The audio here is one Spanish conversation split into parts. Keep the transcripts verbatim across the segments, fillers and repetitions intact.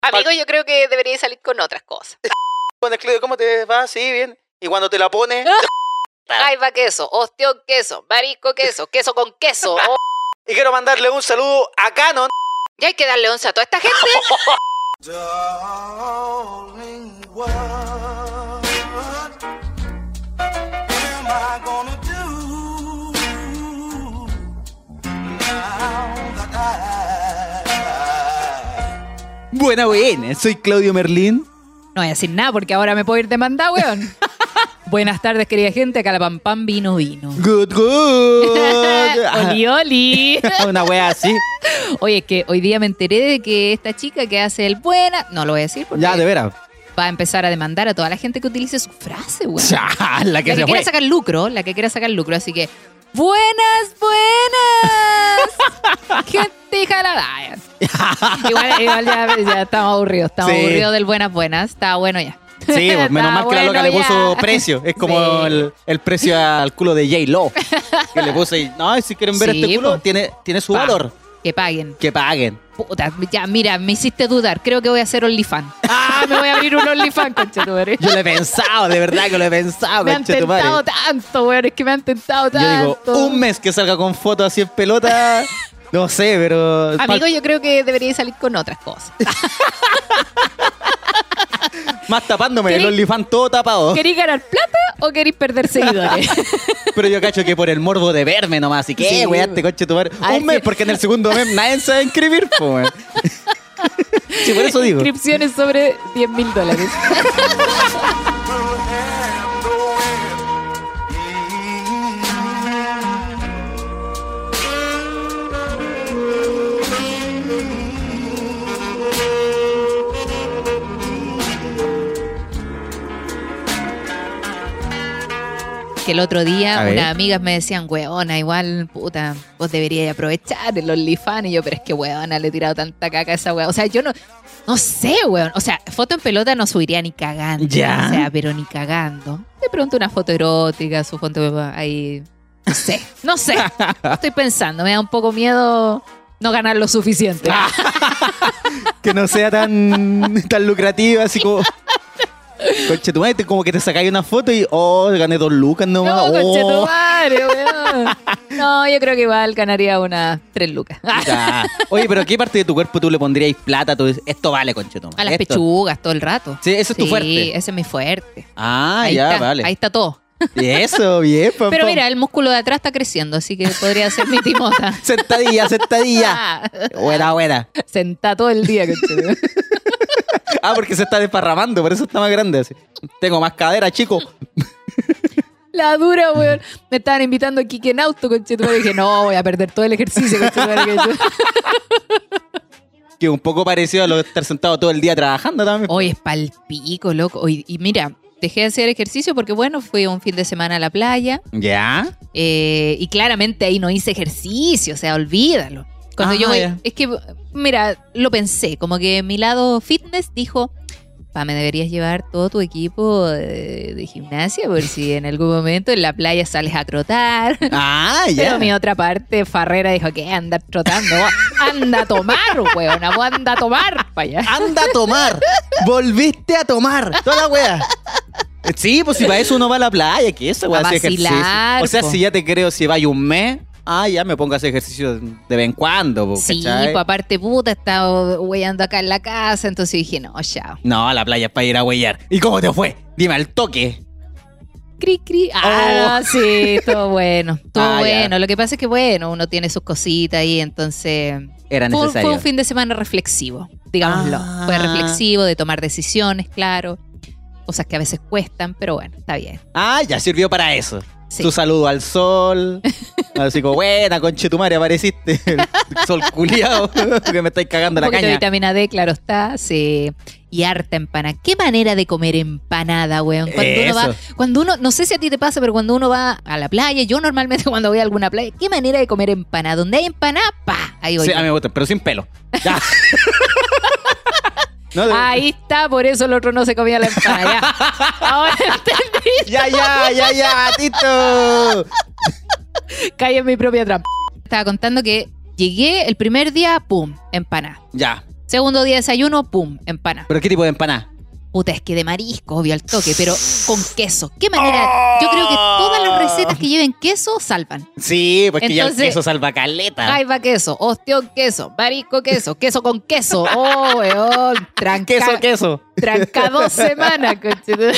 Amigo, yo creo que deberías salir con otras cosas. Bueno, Claudio, ¿cómo te va? Sí, bien. Y cuando te la pones... Jaiba queso, ostión queso, marisco queso, queso con queso. Oh. Y quiero mandarle un saludo a Canon. Y hay que darle once a toda esta gente. Darling, what am I gonna do now that I... Buena, buena. Soy Claudio Merlín. No voy a decir nada porque ahora me puedo ir demandado, weón. Buenas tardes, querida gente. Acá la pam pam vino vino. Good, good. Oli, oli. Una wea así. Oye, es que hoy día me enteré de que esta chica que hace el buena... No lo voy a decir porque Ya, de veras. va a empezar a demandar a toda la gente que utilice su frase, weón. Ya, la que La se que fue. quiera sacar lucro, la que quiera sacar lucro. Así que, buenas, buenas. Gente jalada. Igual, igual ya, ya estamos aburridos. Estamos Sí. aburridos del buenas, buenas. Está bueno ya. Sí, pues, menos Está mal que la loca bueno le puso ya. precio. Es como Sí. el, el precio al culo de J-Lo. Que le puse y, no, si quieren ver Sí, este culo, po. tiene, tiene su Pa. valor. Que paguen. Que paguen. Puta, ya, mira, me hiciste dudar. Creo que voy a hacer OnlyFans. Ah, me voy a abrir un OnlyFans, conchetumare. Yo lo he pensado, de verdad que lo he pensado, Me han conchetumare. tentado tanto, weón. Es que me han tentado Yo tanto. digo, un mes que salga con fotos así en pelota. No sé, pero. Amigo, yo creo que deberíais salir con otras cosas. Más tapándome, el ¿Querí- OnlyFans todo tapado. ¿Queréis ganar plata o queréis perder seguidores? Pero yo cacho que por el morbo de verme nomás. Así que, Sí, weaste, conche tu madre. A ver Un mes, si- porque en el segundo mes nadie se va a inscribir, po, weón. Sí, por eso digo. Inscripciones sobre diez mil dólares. Que el otro día A ver. unas amigas me decían, weona, igual, puta, vos deberíais aprovechar el OnlyFans. Y yo, pero es que weona, le he tirado tanta caca a esa weona. O sea, yo no, no sé, weón. O sea, foto en pelota no subiría ni cagando. Ya. O sea, pero ni cagando. De pronto una foto erótica, su foto ahí. No sé, no sé. Estoy pensando, me da un poco miedo no ganar lo suficiente. Ah. Que no sea tan, tan lucrativa, así como. Conche tu madre, te- como que te sacáis una foto y, oh, gané dos lucas nomás. No, oh. conchetumare, weón. No, yo creo que igual ganaría unas tres lucas. Ya. Oye, pero ¿qué parte de tu cuerpo tú le pondríais plata? Tú dices, esto vale, conche tu madre. A las Esto. pechugas todo el rato. Sí, ese es tu fuerte. Sí, ese es mi fuerte. Ah, ahí ya, está, vale. Ahí está todo. Y eso, bien, pam, Pero pam. mira, el músculo de atrás está creciendo, así que podría ser mi timota. Sentadilla, sentadilla. Ah, Buena, buena. Sentá todo el día, conchetumare. Ah, porque se está desparramando, por eso está más grande. Así. Tengo más cadera, chico. La dura, weón. Me estaban invitando aquí en auto, conchetumare. Y dije, no, voy a perder todo el ejercicio, conchetumare, que yo- Que un poco parecido a lo de estar sentado todo el día trabajando también. Hoy es palpico, loco. Hoy- y mira, dejé de hacer ejercicio porque, bueno, fui un fin de semana a la playa. ¿Ya? Eh, y claramente ahí no hice ejercicio, o sea, olvídalo. Cuando Ah, yo voy, ya. es que, mira, lo pensé, como que mi lado fitness dijo, pa, me deberías llevar todo tu equipo de, de gimnasia por si en algún momento en la playa sales a trotar. Ah, ya. Pero mi otra parte, Farrera, dijo, ¿qué? Anda trotando, vos? Anda a tomar, weona, vos anda a tomar para allá. Anda a tomar. Volviste a tomar. Toda la wea. Sí, pues si para eso uno va a la playa, que eso, A wea, hacer ejercicio. vacilar, O sea, po. si ya te creo, si vaya un mes, ah, ya me pongo a hacer ejercicio de vez en cuando, po, Sí, ¿cachai? pues aparte, puta, estaba weyando acá en la casa, entonces dije, no, chao. No, a la playa es para ir a huellar. ¿Y cómo te fue? Dime al toque. Cri, cri. Ah, Oh. sí, todo bueno. Todo Ah, ya. bueno. Lo que pasa es que, bueno, uno tiene sus cositas ahí, entonces. Era Fue, necesario. fue un fin de semana reflexivo, digámoslo. Ah. Fue reflexivo de tomar decisiones, claro. Cosas que a veces cuestan, pero bueno, está bien. Ah, ya sirvió para eso. Sí. Tu saludo al sol. Así como, buena, conchetumare, apareciste. El sol culiao. Que me estáis cagando Un la poquito de caña. vitamina D, claro está. Sí. Y harta empanada. ¿Qué manera de comer empanada, weón? Cuando uno va, Eso. cuando uno, no sé si a ti te pasa, pero cuando uno va a la playa, yo normalmente cuando voy a alguna playa, ¿qué manera de comer empanada? Donde hay empanada, pa, ahí voy. Sí, yo. a mí me gusta, pero sin pelo. Ya. No, de- Ahí está, por eso el otro no se comía la empanada. Ya. Ahora entendí. Ya, ya, ya, ya, Tito. Caí en mi propia trampa. Estaba contando que llegué el primer día, pum, empanada. Ya. Segundo día de desayuno, pum, empanada. ¿Pero qué tipo de empanada? Puta, es que de marisco, obvio, al toque, pero con queso. ¿Qué manera? Yo creo que todas las recetas que lleven queso salvan. Sí, porque ya el Entonces, queso salva caleta. Jaiba queso, ostión queso, marisco queso, queso con queso. Oh, weón. Tranca, queso, queso. Tranca dos semanas, conchetumare.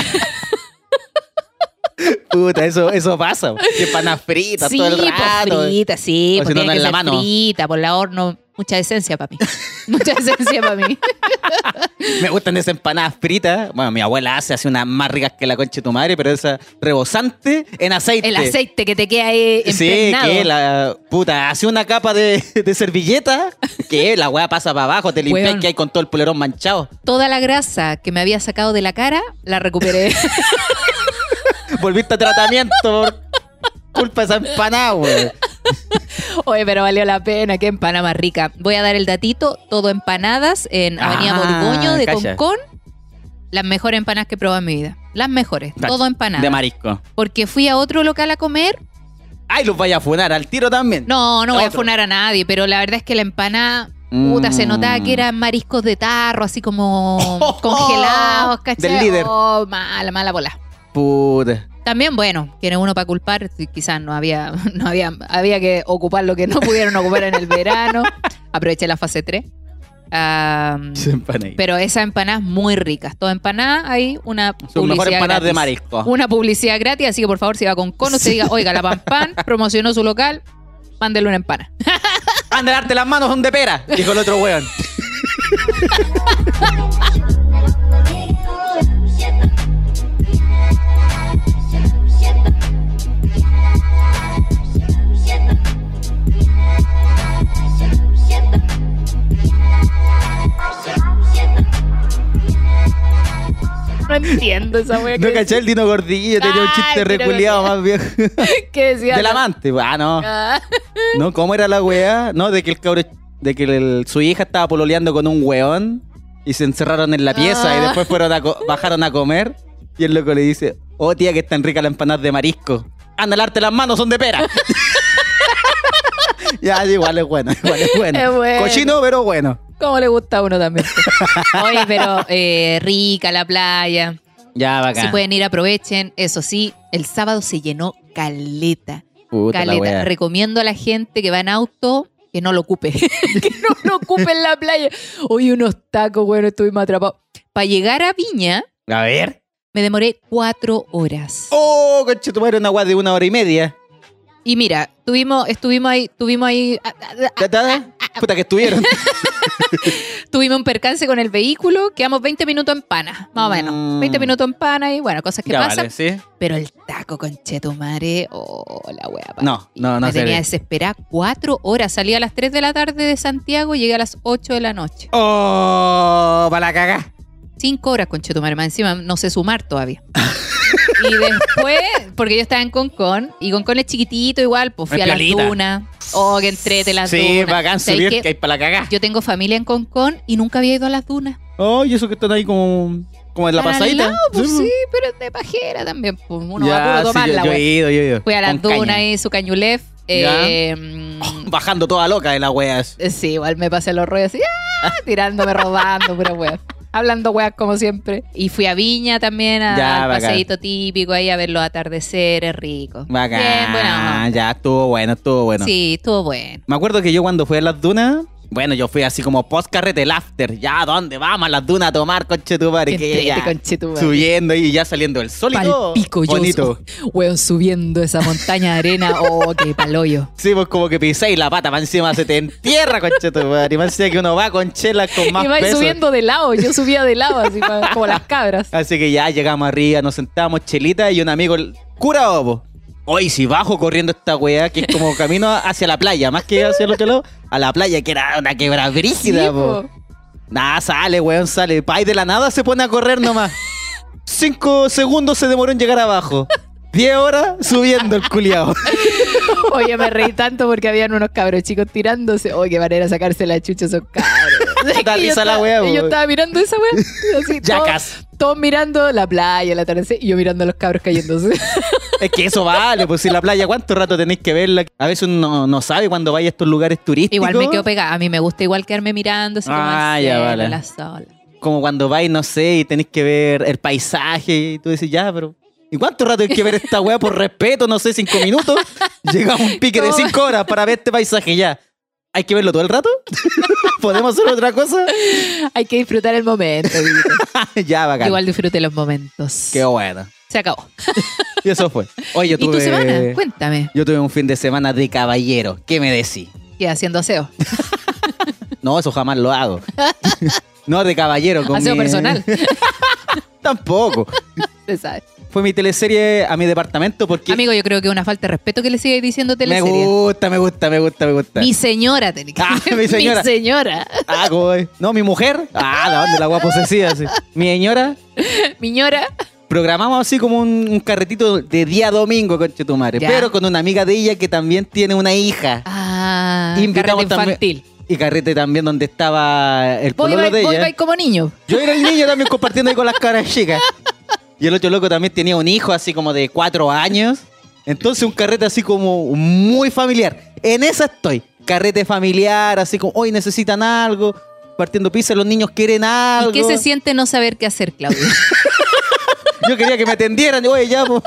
Puta, eso, eso pasa. Que empanadas fritas Sí, todo el pues rato. frita, sí, O pues si no, tiene no que en la ser mano. frita, por la horno. Mucha esencia para mí. Mucha esencia para mí. Me gustan esas empanadas fritas. Bueno, mi abuela hace, hace unas más ricas que la concha de tu madre, pero esa rebosante en aceite. El aceite que te queda ahí Sí, impregnado. que la puta hace una capa de, de servilleta que la weá pasa para abajo, te limpias Weón. que hay con todo el polerón manchado. Toda la grasa que me había sacado de la cara, la recuperé. Volviste a tratamiento por culpa de esa empanada, weón. Oye, pero valió la pena, qué empanada más rica. Voy a dar el datito, todo empanadas en Avenida Ah, Borgoño de calla. Concón. Las mejores empanadas que he probado en mi vida. Las mejores, todo empanadas. De marisco. Porque fui a otro local a comer. Ay, los vaya a funar al tiro también. No, no voy a Otro. funar a nadie, pero la verdad es que la empanada, puta, se Mm. notaba que eran mariscos de tarro, así como congelados, ¿cachai? Del líder. Oh, mala, mala bola. Puta. También, bueno, tiene uno para culpar, sí, quizás no había, no había, había que ocupar lo que no pudieron ocupar en el verano. Aproveché la fase tres. Ah, Esa empanada. pero esas empanadas muy ricas. Toda empanada, hay una Sus publicidad mejores empanadas de gratis. marisco. Una publicidad gratis, así que por favor, si va con cono, se diga, oiga, la Pan Pan promocionó su local, mándele una empanada. Anda a darte las manos, son de pera, dijo el otro weón. No entiendo esa wea No que caché el Dino Gordillo, tenía un Ay, chiste Dino reculeado más viejo. que decía. Del amante, ah, no. Ah. No, ¿cómo era la weá? No, de que el cabro, de que el- su hija estaba pololeando con un weón y se encerraron en la pieza Ah. y después fueron a co- bajaron a comer y el loco le dice, oh tía, que están ricas las empanadas de marisco. Anda a lavarte las manos, son de pera. Ya, igual es bueno, igual es bueno. Es bueno. Cochino, pero bueno. Como le gusta a uno también. Oye, pero eh, rica la playa. Ya, bacán. Si pueden ir, aprovechen. Eso sí, el sábado se llenó caleta. Puta la Caleta. weá. Recomiendo a la gente que va en auto que no lo ocupe. que no lo ocupe en la playa. Oye, unos tacos, bueno, estuvimos atrapados. Para llegar a Viña, A ver. me demoré cuatro horas. Oh, conche, tu madre, una weá de una hora y media. Y mira, tuvimos, estuvimos ahí, tuvimos ahí, ah, ah, ah, ¿Ya está? Puta que estuvieron. tuvimos un percance con el vehículo, quedamos veinte minutos en pana, más o menos. Mm. veinte minutos en pana y bueno, cosas que Ya pasan. vale, ¿sí? Pero el taco con chetumare, oh, la wea. papi. No, no, no Me sé. tenía desesperada cuatro horas. Salí a las tres de la tarde de Santiago, llegué a las ocho de la noche. Oh, para la cagá. Cinco horas con chetumare, más encima no sé sumar todavía. Y después, porque yo estaba en Concón, y Concón es chiquitito igual, pues fui Es a las piolita. dunas. Oh, que entrete las Sí, dunas. bacán ¿Sabéis subir, qué? que hay para la cagá. Yo tengo familia en Concón y nunca había ido a las dunas. Oh, y eso que están ahí como, como en la Para al pasadita. lado, pues sí, pero es de pajera también. Pues uno va a Ya, puro sí, tomarla, yo, yo he güey. ido, yo he ido. Fui a las Con caña. dunas y su cañulef. Eh, mm, Bajando toda loca de las weas. sí, igual me pasé los rollos así, ¡ah! tirándome, rodando, pura wea. Hablando weas como siempre. Y fui a Viña también, a- Ya, al bacán. paseíto típico ahí a ver los atardeceres ricos. Bacán. Bien, buena onda. Ya, estuvo bueno, estuvo bueno. Sí, estuvo bueno. Me acuerdo que yo cuando fui a las dunas, bueno, yo fui así como post carrete, el after. Ya, ¿dónde vamos a las dunas a tomar, conche tu madre? Qué Que entrete, ya, conchetumare. subiendo y ya saliendo el sol y todo. Palpico yo. Bonito. Weón, subiendo esa montaña de arena. Oh, qué paloyo. Sí, pues como que pisáis la pata, para encima se te entierra, conche tu madre. Y más encima que uno va con chelas con más Y vais peso. subiendo de lado. Yo subía de lado, así pa- como las cabras. Así que ya llegamos arriba, nos sentamos chelita y un amigo, el cura opo. Hoy si bajo corriendo esta weá, que es como camino hacia la playa, más que hacia el otro lado, a la playa, que era una quebra brígida, Sí, po. po. Nada, sale, weón, sale. Pa, y de la nada se pone a correr nomás. Cinco segundos se demoró en llegar abajo. Diez horas subiendo el culiao. Oye, me reí tanto porque habían unos cabros chicos tirándose. Oye, qué manera de sacarse la chucha esos cabros. Da Y yo risa la estaba- weá, y yo po. estaba mirando esa weá. Así, todos, Jackass. todos mirando la playa, el atardecer, y yo mirando a los cabros cayéndose. Es que eso vale, pues si la playa, ¿cuánto rato tenéis que verla? A veces uno no sabe cuando vaya a estos lugares turísticos. Igual me quedo pegada. A mí me gusta igual quedarme mirando así como Ah, al ya, cielo, vale. la sola. Como cuando vais, no sé, y tenéis que ver el paisaje y tú decís, ya, pero... ¿Y cuánto rato hay que ver esta weá por respeto? No sé, cinco minutos. Llega un pique de No. cinco horas para ver este paisaje ya. ¿Hay que verlo todo el rato? ¿Podemos hacer otra cosa? Hay que disfrutar el momento. Vito. Ya, bacán. Igual disfrute los momentos. Qué bueno. Se acabó. Y eso fue. Oye, yo ¿Y tu tuve... semana? Cuéntame. Yo tuve un fin de semana de caballero. ¿Qué me decís? ¿Qué haciendo aseo? No, eso jamás lo hago. No, de caballero. Con Aseo mi- personal. Tampoco. Se sabe. Fue mi teleserie a mi departamento porque... Amigo, yo creo que es una falta de respeto que le sigáis diciendo me teleserie. gusta, me gusta, me gusta, me gusta. Mi señora, tenés que Ah, mi señora. Mi señora. Ah, ¿cómo es? No, mi mujer. Ah, ¿de dónde la guapa posesiva? Sí. Mi señora. Miñora. Programamos así como un, un carretito de día domingo, conche tu madre. Ya. Pero con una amiga de ella que también tiene una hija. Ah, Invitamos carrete infantil. Y carrete también donde estaba el Voy, pololo voy, de voy, ella. voy como niño. Yo era el niño también compartiendo ahí con las caras chicas. Y el otro loco también tenía un hijo así como de cuatro años. Entonces un carrete así como muy familiar. En esa estoy. Carrete familiar, así como, hoy necesitan algo. Partiendo pizza, los niños quieren algo. ¿Y qué se siente no saber qué hacer, Claudia? Yo quería que me atendieran. Oye, ya, po.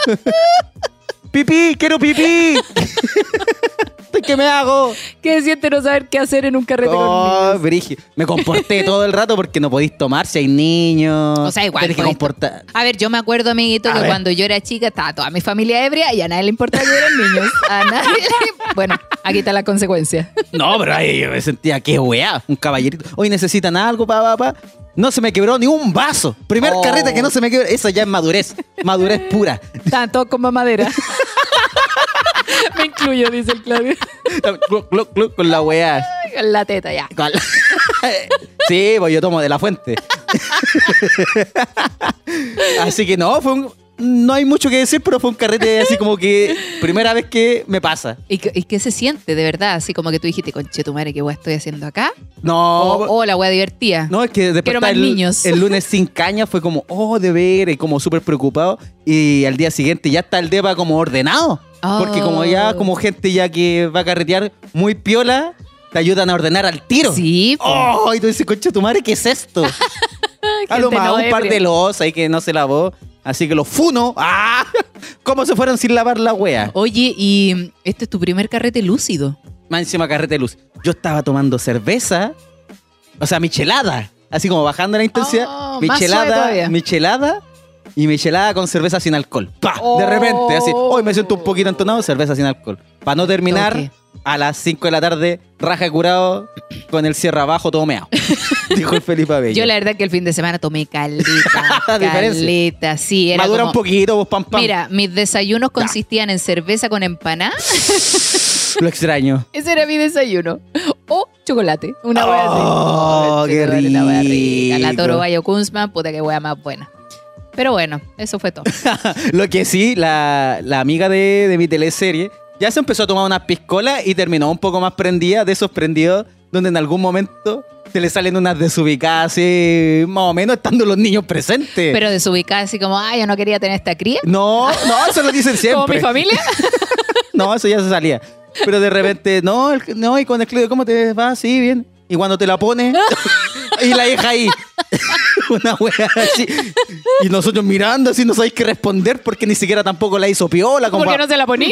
Pipí, quiero pipí. ¿Qué me hago? ¿Qué se siente no saber qué hacer en un carrete Oh, con niños? brigi. Me comporté todo el rato porque no podéis tomar si hay niños. O sea, igual Tenés que podéis comportar. A ver, yo me acuerdo, amiguito, A que ver. cuando yo era chica estaba toda mi Familia ebria y a nadie le importa que eran niños. A nadie le... Bueno, aquí está la consecuencia. No, pero ahí yo me sentía que weá, un caballerito. Hoy necesitan algo, pa, pa, pa. No se me quebró ni un vaso. Primer Oh. carrete que no se me quebró. Esa ya es madurez. Madurez pura. Estaban todos con mamadera. Me incluyo, dice el Claudio. Cluc, cluc, cluc, con la weá. Con la teta ya. Con la- Sí, pues yo tomo de la fuente. Así que no, fue un... No hay mucho que decir, pero fue un carrete así como que primera vez que me pasa. ¿Y qué, y qué se siente, de verdad? Así como que tú dijiste, conche tu madre, ¿qué weá estoy haciendo acá? No, O, o la weá divertida. no, es que después Quiero estar más el, niños. el lunes sin caña fue como, oh, de ver, y como súper preocupado. Y al día siguiente ya está el depa como ordenado. Oh. Porque como ya, como gente ya que va a carretear muy piola, te ayudan a ordenar al tiro. Sí, po. Oh, y tú dices, concha tu madre, ¿qué es esto? A lo Gente más no un par ebria. de los ahí que no se lavó. Así que los funo. ¡Ah! ¿Cómo se fueron sin lavar la wea? Oye, y este es tu primer carrete lúcido. Más encima carrete de luz. Yo estaba tomando cerveza, o sea, michelada, así como bajando la intensidad. Oh, más suave michelada, todavía. michelada y michelada con cerveza sin alcohol. ¡Pa! De Oh. repente, así. Hoy me siento un poquito entonado, cerveza sin alcohol. Para no terminar Toque. a las cinco de la tarde, raja curado, con el cierre abajo, todo meado. Dijo el Felipe Abello. Yo la verdad que el fin de semana tomé caleta, Diferencia. caleta, sí, era Madura como... un poquito, vos pam pam. Mira, mis desayunos consistían en cerveza con empanada. Lo extraño. Ese era mi desayuno. O chocolate. Una wea así. Oh, qué chocolate, una wea rica. La rico. Toro Bayo Kunzman, puta que wea más buena. Pero bueno, eso fue todo. Lo que sí, la, la amiga de, de mi teleserie ya se empezó a tomar unas piscolas y terminó un poco más prendida, de esos prendidos donde en algún momento se le salen unas desubicadas así, más o menos estando los niños presentes. Pero desubicada así como, ay, yo no quería tener esta cría. no, no, eso lo dicen siempre. Como mi familia. No, eso ya se salía. Pero de repente, no, el- no, y con el Claudio, ¿cómo te va? Sí, bien. Y cuando te la pone, y la deja ahí. Una wea así. Y nosotros mirando así, no sabéis qué responder porque ni siquiera tampoco la hizo piola. Como ¿Por qué pa- no se la poní?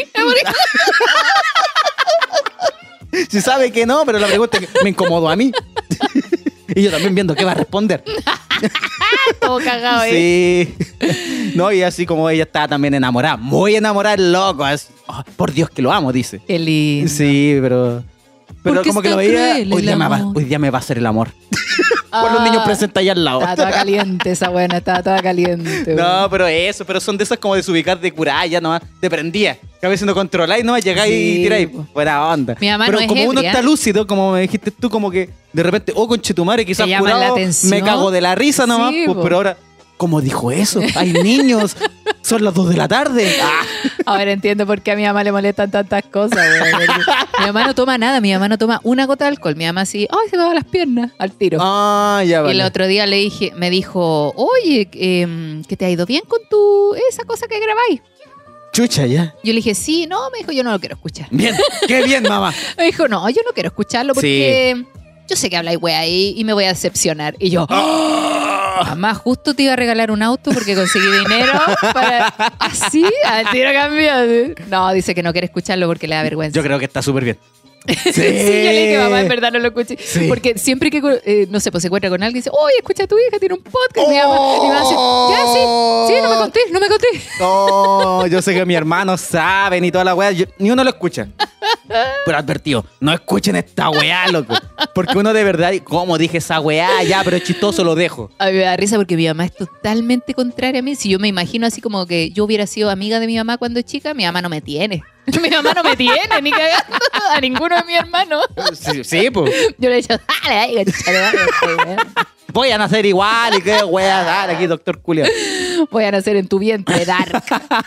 Si sabe que no, pero la pregunta es que me incomodó a mí. Y yo también viendo qué va a responder. Todo cagado, ¿eh? Sí. No, y así como ella estaba también enamorada, muy enamorada, el loco. Así, "Oh, por Dios que lo amo", dice. Qué lindo. Sí, pero. Pero qué como es que lo tan veía. cruel Hoy el día, me va, amor? hoy día me va a hacer el amor. Por los Ah, niños presentes allá al lado. Estaba toda caliente esa buena, estaba toda caliente. No, pero eso, pero son de esas como desubicadas de curar, ya nomás te prendía. Que a veces no controláis, nomás llegáis Sí, y tiráis. po. Buena onda. Mi mamá pero no es como uno ebria. está lúcido, como me dijiste tú, como que de repente, oh, conchetumare, quizás Te llaman la curado, atención. me cago de la risa nomás, Sí, pues, po. pero ahora, ¿cómo dijo eso? Hay niños. Son las dos de la tarde. Ah. Ahora entiendo por qué a mi mamá le molestan tantas cosas, güey. Mi mamá no toma nada, mi mamá no toma una gota de alcohol. Mi mamá así, ay, se me van las piernas, al tiro. Ah, ya Y vale. el otro día le dije, me dijo, oye, eh, que te ha ido bien con tu esa cosa que grabáis. Chucha, ya. Yo le dije, sí, no, me dijo, yo no lo quiero escuchar. Bien, qué bien, mamá. Me dijo, no, yo no quiero escucharlo porque yo sé que habláis wea ahí y me voy a decepcionar. Y yo, mamá, justo te iba a regalar un auto porque conseguí dinero para... ¿Así? Al tiro cambió. No, dice que no quiere escucharlo porque le da vergüenza. Yo creo que está súper bien. Sí. Sí, yo le dije, mamá, en verdad no lo escuché. Sí. Porque siempre que, eh, no sé, pues se encuentra con alguien y dice, oye, escucha a tu hija, tiene un podcast. Mi mamá, y mi mamá dice, ya, sí, sí, no me conté, no me conté. No, yo sé que mis hermanos saben y toda la weá. yo- Ni uno lo escucha. Pero advertido, no escuchen esta weá, loco. Porque uno de verdad, como dije esa weá, ya, pero es chistoso, lo dejo. A mí me da risa porque mi mamá es totalmente contraria a mí. Si yo me imagino así como que yo hubiera sido amiga de mi mamá cuando chica, mi mamá no me tiene. Mi mamá no me tiene, ni cagando a ninguno de mis hermanos. Sí, sí, pues. Yo le he dicho, dale, dale, concha, dale, Voy a nacer igual y qué weá, dale aquí, doctor Julio. voy a nacer en tu vientre, Dark.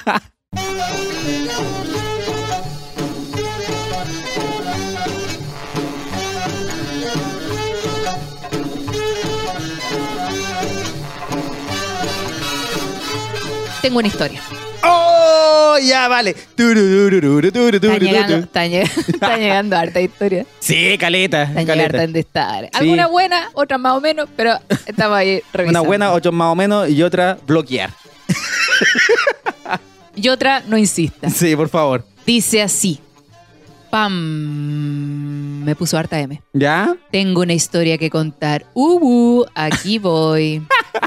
Tengo una historia. ¡Oh! Ya, vale. Tururururu, turururu, Está llegando, turururu. está llegando, está llegando harta historia. Sí, caleta. Está llegando harta caleta. en estar. Algunas buenas, otras más o menos, pero estamos ahí revisando. Una buena, ocho más o menos, y otra, bloquear. Y otra, no insista. Sí, por favor. Dice así. Pam. Me puso harta M. ¿Ya? Tengo una historia que contar. Uh, aquí voy.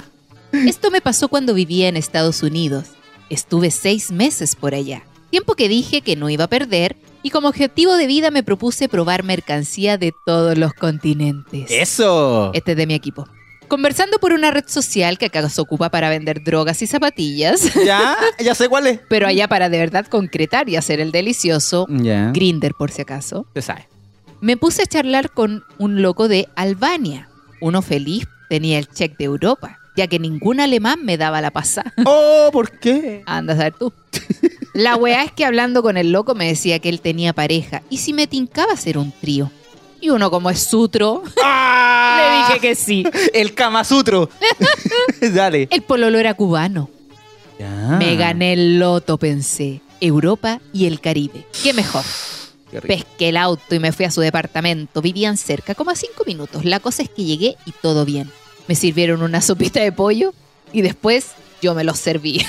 Esto me pasó cuando vivía en Estados Unidos. Estuve seis meses por allá. Tiempo que dije que no iba a perder y como objetivo de vida me propuse probar mercancía de todos los continentes. ¡Eso! Este es de mi equipo. Conversando por una red social que acá se ocupa para vender drogas y zapatillas, ¿Ya? Ya sé cuál es. pero allá para de verdad concretar y hacer el delicioso, Ya. Grindr por si acaso, Se sabe. me puse a charlar con un loco de Albania. Uno feliz tenía el check de Europa, ya que ningún alemán me daba la pasada. Oh, ¿por qué? Anda a saber tú. La weá es que hablando con el loco me decía que él tenía pareja y si me tincaba hacer un trío. Y uno como es sutro, ¡Ah! le dije que sí. El Kama Sutro. Dale. El pololo era cubano. Ya. Me gané el loto, pensé. Europa y el Caribe. ¿Qué mejor? Qué rico. Pesqué el auto y me fui a su departamento. Vivían cerca, como a cinco minutos. La cosa es que llegué y todo bien. Me sirvieron una sopita de pollo y después yo me los serví.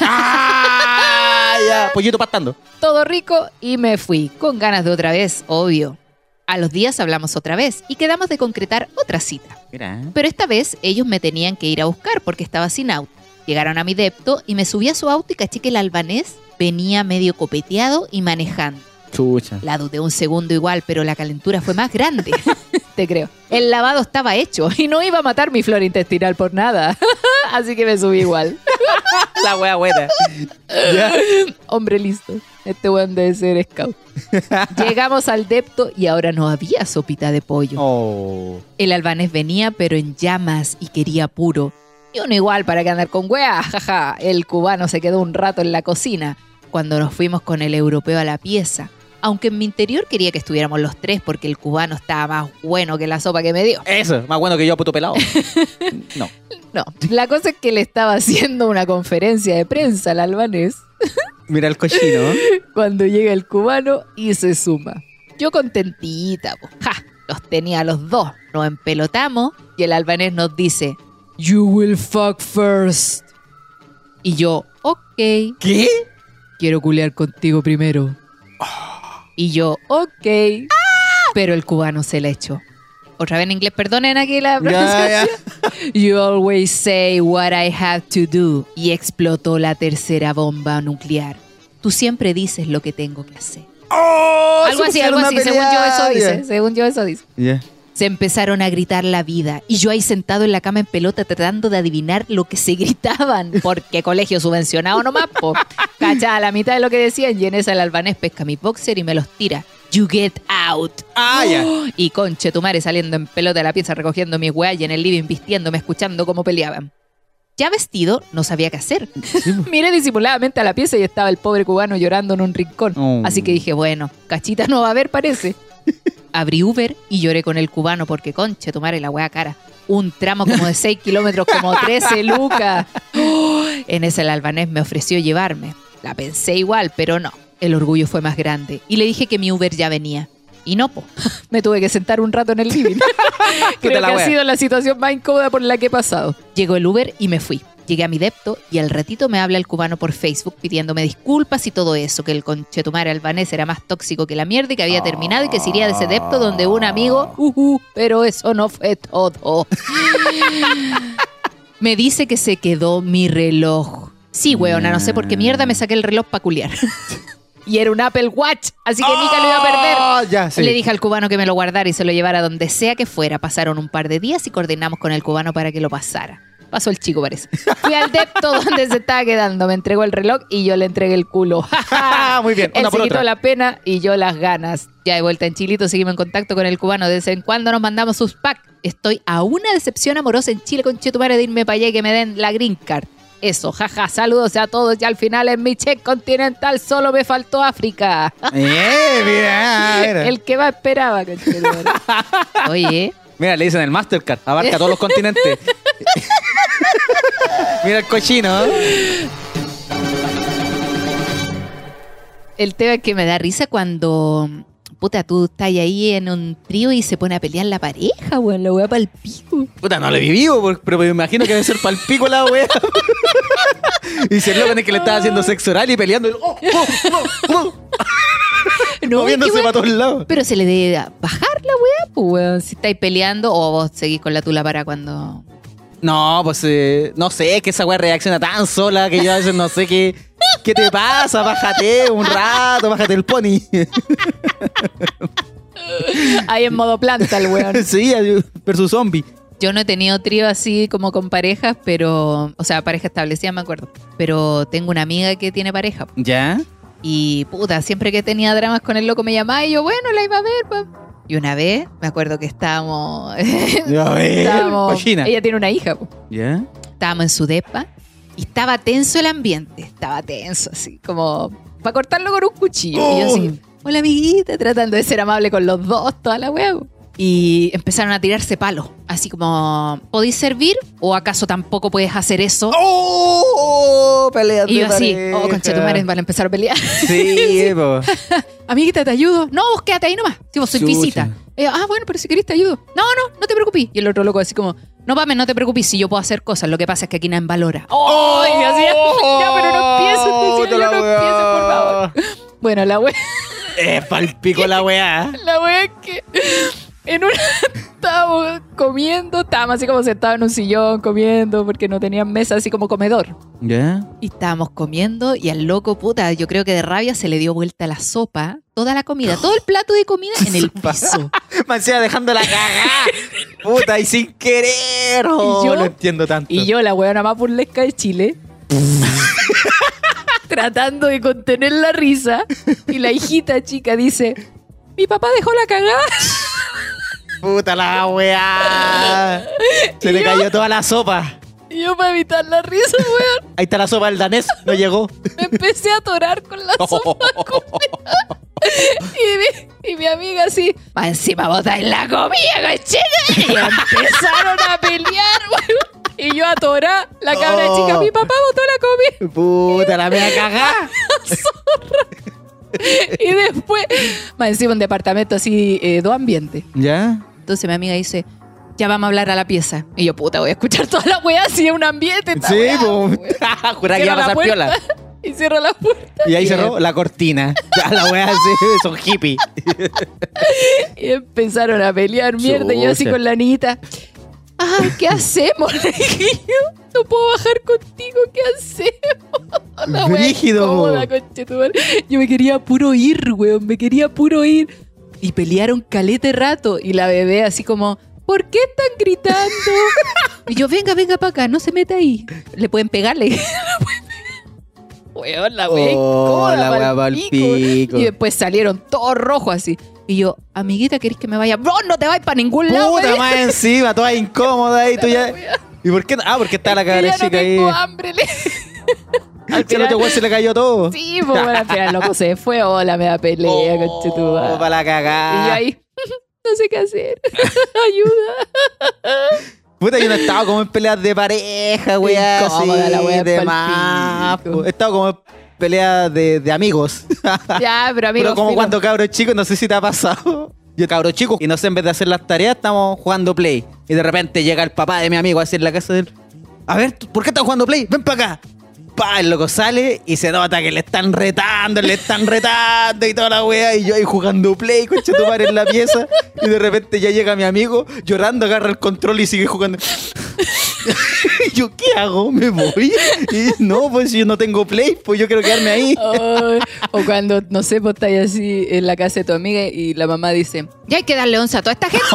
¡Ah! Ya. Pollito pastando. Todo rico y me fui. Con ganas de otra vez, obvio. A los días hablamos otra vez y quedamos de concretar otra cita. Mira. Pero esta vez ellos me tenían que ir a buscar porque estaba sin auto. Llegaron a mi depto y me subí a su auto y caché que el albanés venía medio copeteado y manejando. Chucha. La dudé un segundo igual, pero la calentura fue más grande. Te creo. El lavado estaba hecho y no iba a matar mi flora intestinal por nada. Así que me subí igual. La wea buena. Ya. Hombre listo. Este weón debe ser scout. Llegamos al depto y ahora no había sopita de pollo. Oh. El albanés venía pero en llamas y quería puro. Y uno igual para que andar con weá, jaja. El cubano se quedó un rato en la cocina cuando nos fuimos con el europeo a la pieza. Aunque en mi interior quería que estuviéramos los tres porque el cubano estaba más bueno que la sopa que me dio. Eso, más bueno que yo, puto pelado. No. No, la cosa es que le estaba haciendo una conferencia de prensa al albanés Mira el cochino. cuando llega el cubano y se suma. Yo contentita, po. Ja, los tenía a los dos. Nos empelotamos y el albanés nos dice, "You will fuck first." Y yo, ok, ¿Qué? quiero culear contigo primero. Y yo, ok. Pero el cubano se la echó. Otra vez en inglés, perdonen aquí la Ya, pronunciación. You always say what I have to do. Y explotó la tercera bomba nuclear. Tú siempre dices lo que tengo que hacer. ¡Oh! Algo Se así, pusieron algo a así. Según yo pelear. eso dice. Según yo eso dice. Ya. Se empezaron a gritar la vida y yo ahí sentado en la cama en pelota tratando de adivinar lo que se gritaban. Porque colegio subvencionado nomás, po. Cachá, a la mitad de lo que decían y en esa el albanés pesca mi boxer y me los tira. You get out. Ah, ya. Oh, y conche tu madre saliendo en pelota de la pieza recogiendo mis weas y en el living vistiéndome escuchando cómo peleaban. Ya vestido, no sabía qué hacer. Miré disimuladamente a la pieza y estaba el pobre cubano llorando en un rincón. Oh. Así que dije, bueno, cachita no va a haber, parece. Abrí Uber y lloré con el cubano porque, conche, tomar la wea cara. Un tramo como de seis kilómetros, como trece lucas. Oh, en ese el albanés me ofreció llevarme. La pensé igual, pero no. El orgullo fue más grande. Y le dije que mi Uber ya venía. Y no, po. Me tuve que sentar un rato en el living. Creo la que wea. ha sido la situación más incómoda por la que he pasado. Llegó el Uber y me fui. Llegué a mi depto y al ratito me habla el cubano por Facebook pidiéndome disculpas y todo eso, que el conchetumare albanés era más tóxico que la mierda y que había terminado y que se iría de ese depto donde un amigo, uh, uh, pero eso no fue todo. Me dice que se quedó mi reloj. Sí, weona, no sé por qué mierda me saqué el reloj peculiar. Y era un Apple Watch, así que Nica lo iba a perder. Ah, ya, sí. Le dije al cubano que me lo guardara y se lo llevara donde sea que fuera. Pasaron un par de días y coordinamos con el cubano para que lo pasara. Pasó el chico, parece. Fui al depto donde se estaba quedando. Me entregó el reloj y yo le entregué el culo. Muy bien, Él una se por quitó otra. la pena y yo las ganas. Ya de vuelta en Chilito, seguimos en contacto con el cubano. De vez en cuando nos mandamos sus packs. Estoy a una decepción amorosa en Chile con Chetumare de irme para allá y que me den la green card. Eso, jaja, saludos a todos y al final en mi check continental solo me faltó África. Eh, mira, mira. El que más esperaba, conchetumare. Oye, Mira, le dicen el Mastercard, abarca todos los continentes. Mira el cochino. el tema es que me da risa cuando, puta, tú estás ahí en un trío y se pone a pelear la pareja, weón, la weá pa'l pico. Puta, no lo he vivido, por- pero me imagino que debe ser pal pico la wea. Y si el loco en el que le estaba haciendo sexo oral y peleando. y- oh, oh, oh, oh, No, moviéndose es que, para weón, todos lados. pero se le debe bajar la weá, pues, weón, si estáis peleando o vos seguís con la tula para cuando... No, pues eh, no sé, es que esa wea reacciona tan sola que yo a veces no sé qué, qué te pasa. Bájate un rato, bájate el pony. Ahí en modo planta el weón. Sí, versus zombie. Yo no he tenido trío así como con parejas, pero... O sea, pareja establecida, me acuerdo. Pero tengo una amiga que tiene pareja. ¿Ya? Y puta, siempre que tenía dramas con el loco me llamaba y yo, bueno, la iba a ver, pa. Y una vez, me acuerdo que estábamos... A ver, estábamos cochina. ella tiene una hija, po. ¿Ya? Estábamos en su depa y estaba tenso el ambiente. Estaba tenso, así, como para cortarlo con un cuchillo. Y yo así, hola amiguita, tratando de ser amable con los dos, toda la huevo. Y empezaron a tirarse palos. Así como, ¿podéis servir? ¿O acaso tampoco puedes hacer eso? ¡Oh! Peleas Y de yo así, pareja. oh, conchetumares, van a empezar a pelear. Sí, po. Amiguita, ¿te ayudo? No, vos quédate ahí nomás. Si vos soy Chucha. visita. Eh, ah, bueno, pero si querés te ayudo. No, no, no te preocupes. Y el otro loco así como, no mames, no te preocupes, si yo puedo hacer cosas. Lo que pasa es que aquí nadie valora. ¡Oh! Y yo así, ya, pero no empieces, decía, Te la yo no weá. empieces, por favor. Bueno, la wea, Es palpico la weá. la wea es que en una estábamos comiendo, estábamos así como sentados en un sillón comiendo porque no tenían mesa, así como comedor. ¿Ya? Y estábamos comiendo y al loco, puta, yo creo que de rabia se le dio vuelta la sopa, toda la comida, todo el plato de comida en el piso. Mancía dejando la cagada. Puta, y sin querer. Oh, ¿Y yo? no entiendo tanto. Y yo, la weona más burlesca de Chile, tratando de contener la risa, y la hijita chica dice, mi papá dejó la cagada. Puta la weá. Se Y le yo- cayó toda la sopa. Y yo, para evitar la risa, weón, Ahí está la sopa del danés. No llegó. me empecé a atorar con la sopa completa. Y mi, y mi amiga así, más encima botáis la comida, cochina. Y empezaron a pelear, weón. Y yo atorá, la cabra Oh. chica, mi papá botó la comida. Puta la mea cagada. Y después, más encima un departamento así, eh, dos ambientes. ¿Ya? Entonces mi amiga dice, ya vamos a hablar a la pieza. Y yo, puta, voy a escuchar toda la weá si es un ambiente. esta Sí, weá, pues. weón. Jurá que iba Cierra a la pasar puerta piola. Y cierra la puerta. Y ahí Y cerró la cortina. Ya la weá así, son hippie. Y empezaron a pelear mierda. Y yo así Chucha. con la niñita. Ay, ¿qué hacemos? Le dije yo, no puedo bajar contigo, ¿qué hacemos? La wea Brígido, incómoda, po. conchetumare. Yo me quería puro ir, weón, me quería puro ir. Y pelearon calete rato. Y la bebé así como, ¿por qué están gritando? Y yo, venga, venga para acá, no se meta ahí. Le pueden pegarle. Weón, la wea Oh, incómoda, la wea pa'l pa'l pico. pico. Y después salieron todos rojos así. Y yo, amiguita, ¿querés que me vaya? ¡Bro, no te vayas para ningún lado! me Puta dijo. más encima, toda incómoda y tú ya. ¿Y por qué? Ah, porque está la Es que cabra ya no chica ahí. tengo hambre. le- Al que el otro weón se le cayó todo. Sí, pues bueno, al final loco se fue. Hola, me da pelea, Oh, conchetumare. para la Y cagada. yo ahí, no sé qué hacer. Ayuda. Puta, yo no he estado como en peleas de pareja, weá. Incómoda así, la weá de pa'l más. pico. po. He estado como en peleas de, de amigos. Ya, pero amigo. Pero como filo. cuando cabros chicos, no sé si te ha pasado. Yo cabro chico y no sé, en vez de hacer las tareas, estamos jugando Play. Y de repente llega el papá de mi amigo a decir en la casa de él: a ver, ¿por qué estás jugando Play? Ven para acá. Pa, el loco sale y se nota que le están retando, le están retando y toda la wea. Y yo ahí jugando Play, concha tu madre en la pieza. Y de repente ya llega mi amigo llorando, agarra el control y sigue jugando. Y yo, ¿qué hago? ¿Me voy? Y no, pues yo no tengo Play, pues yo quiero quedarme ahí. Ay, o cuando, no sé, pues estás así en la casa de tu amiga y la mamá dice, ya hay que darle once a toda esta gente.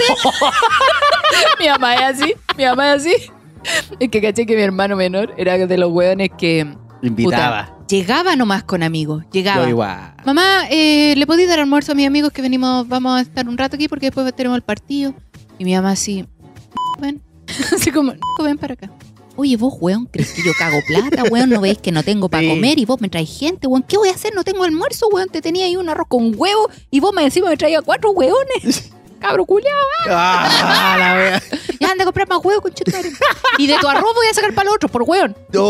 Mi mamá es así, mi mamá es así. Es que caché que mi hermano menor era de los hueones que... Invitaba. puta, llegaba nomás con amigos, llegaba. Yo igual. Mamá, eh, ¿le podéis dar almuerzo a mis amigos que venimos, vamos a estar un rato aquí porque después tenemos el partido? Y mi mamá así, ven, así como, ven para acá. Oye, vos, weón, ¿crees que yo cago plata, weón? ¿No veis que no tengo para Sí. comer y vos me traes gente, weón? ¿Qué voy a hacer? No tengo almuerzo, weón. Te tenía ahí un arroz con huevo y vos me decís que me traía cuatro weones. Cabro culiao. Ah, la wea. Ya anda a comprar más huevos, conchetumare. Y de tu arroz voy a sacar para los otros, por weón.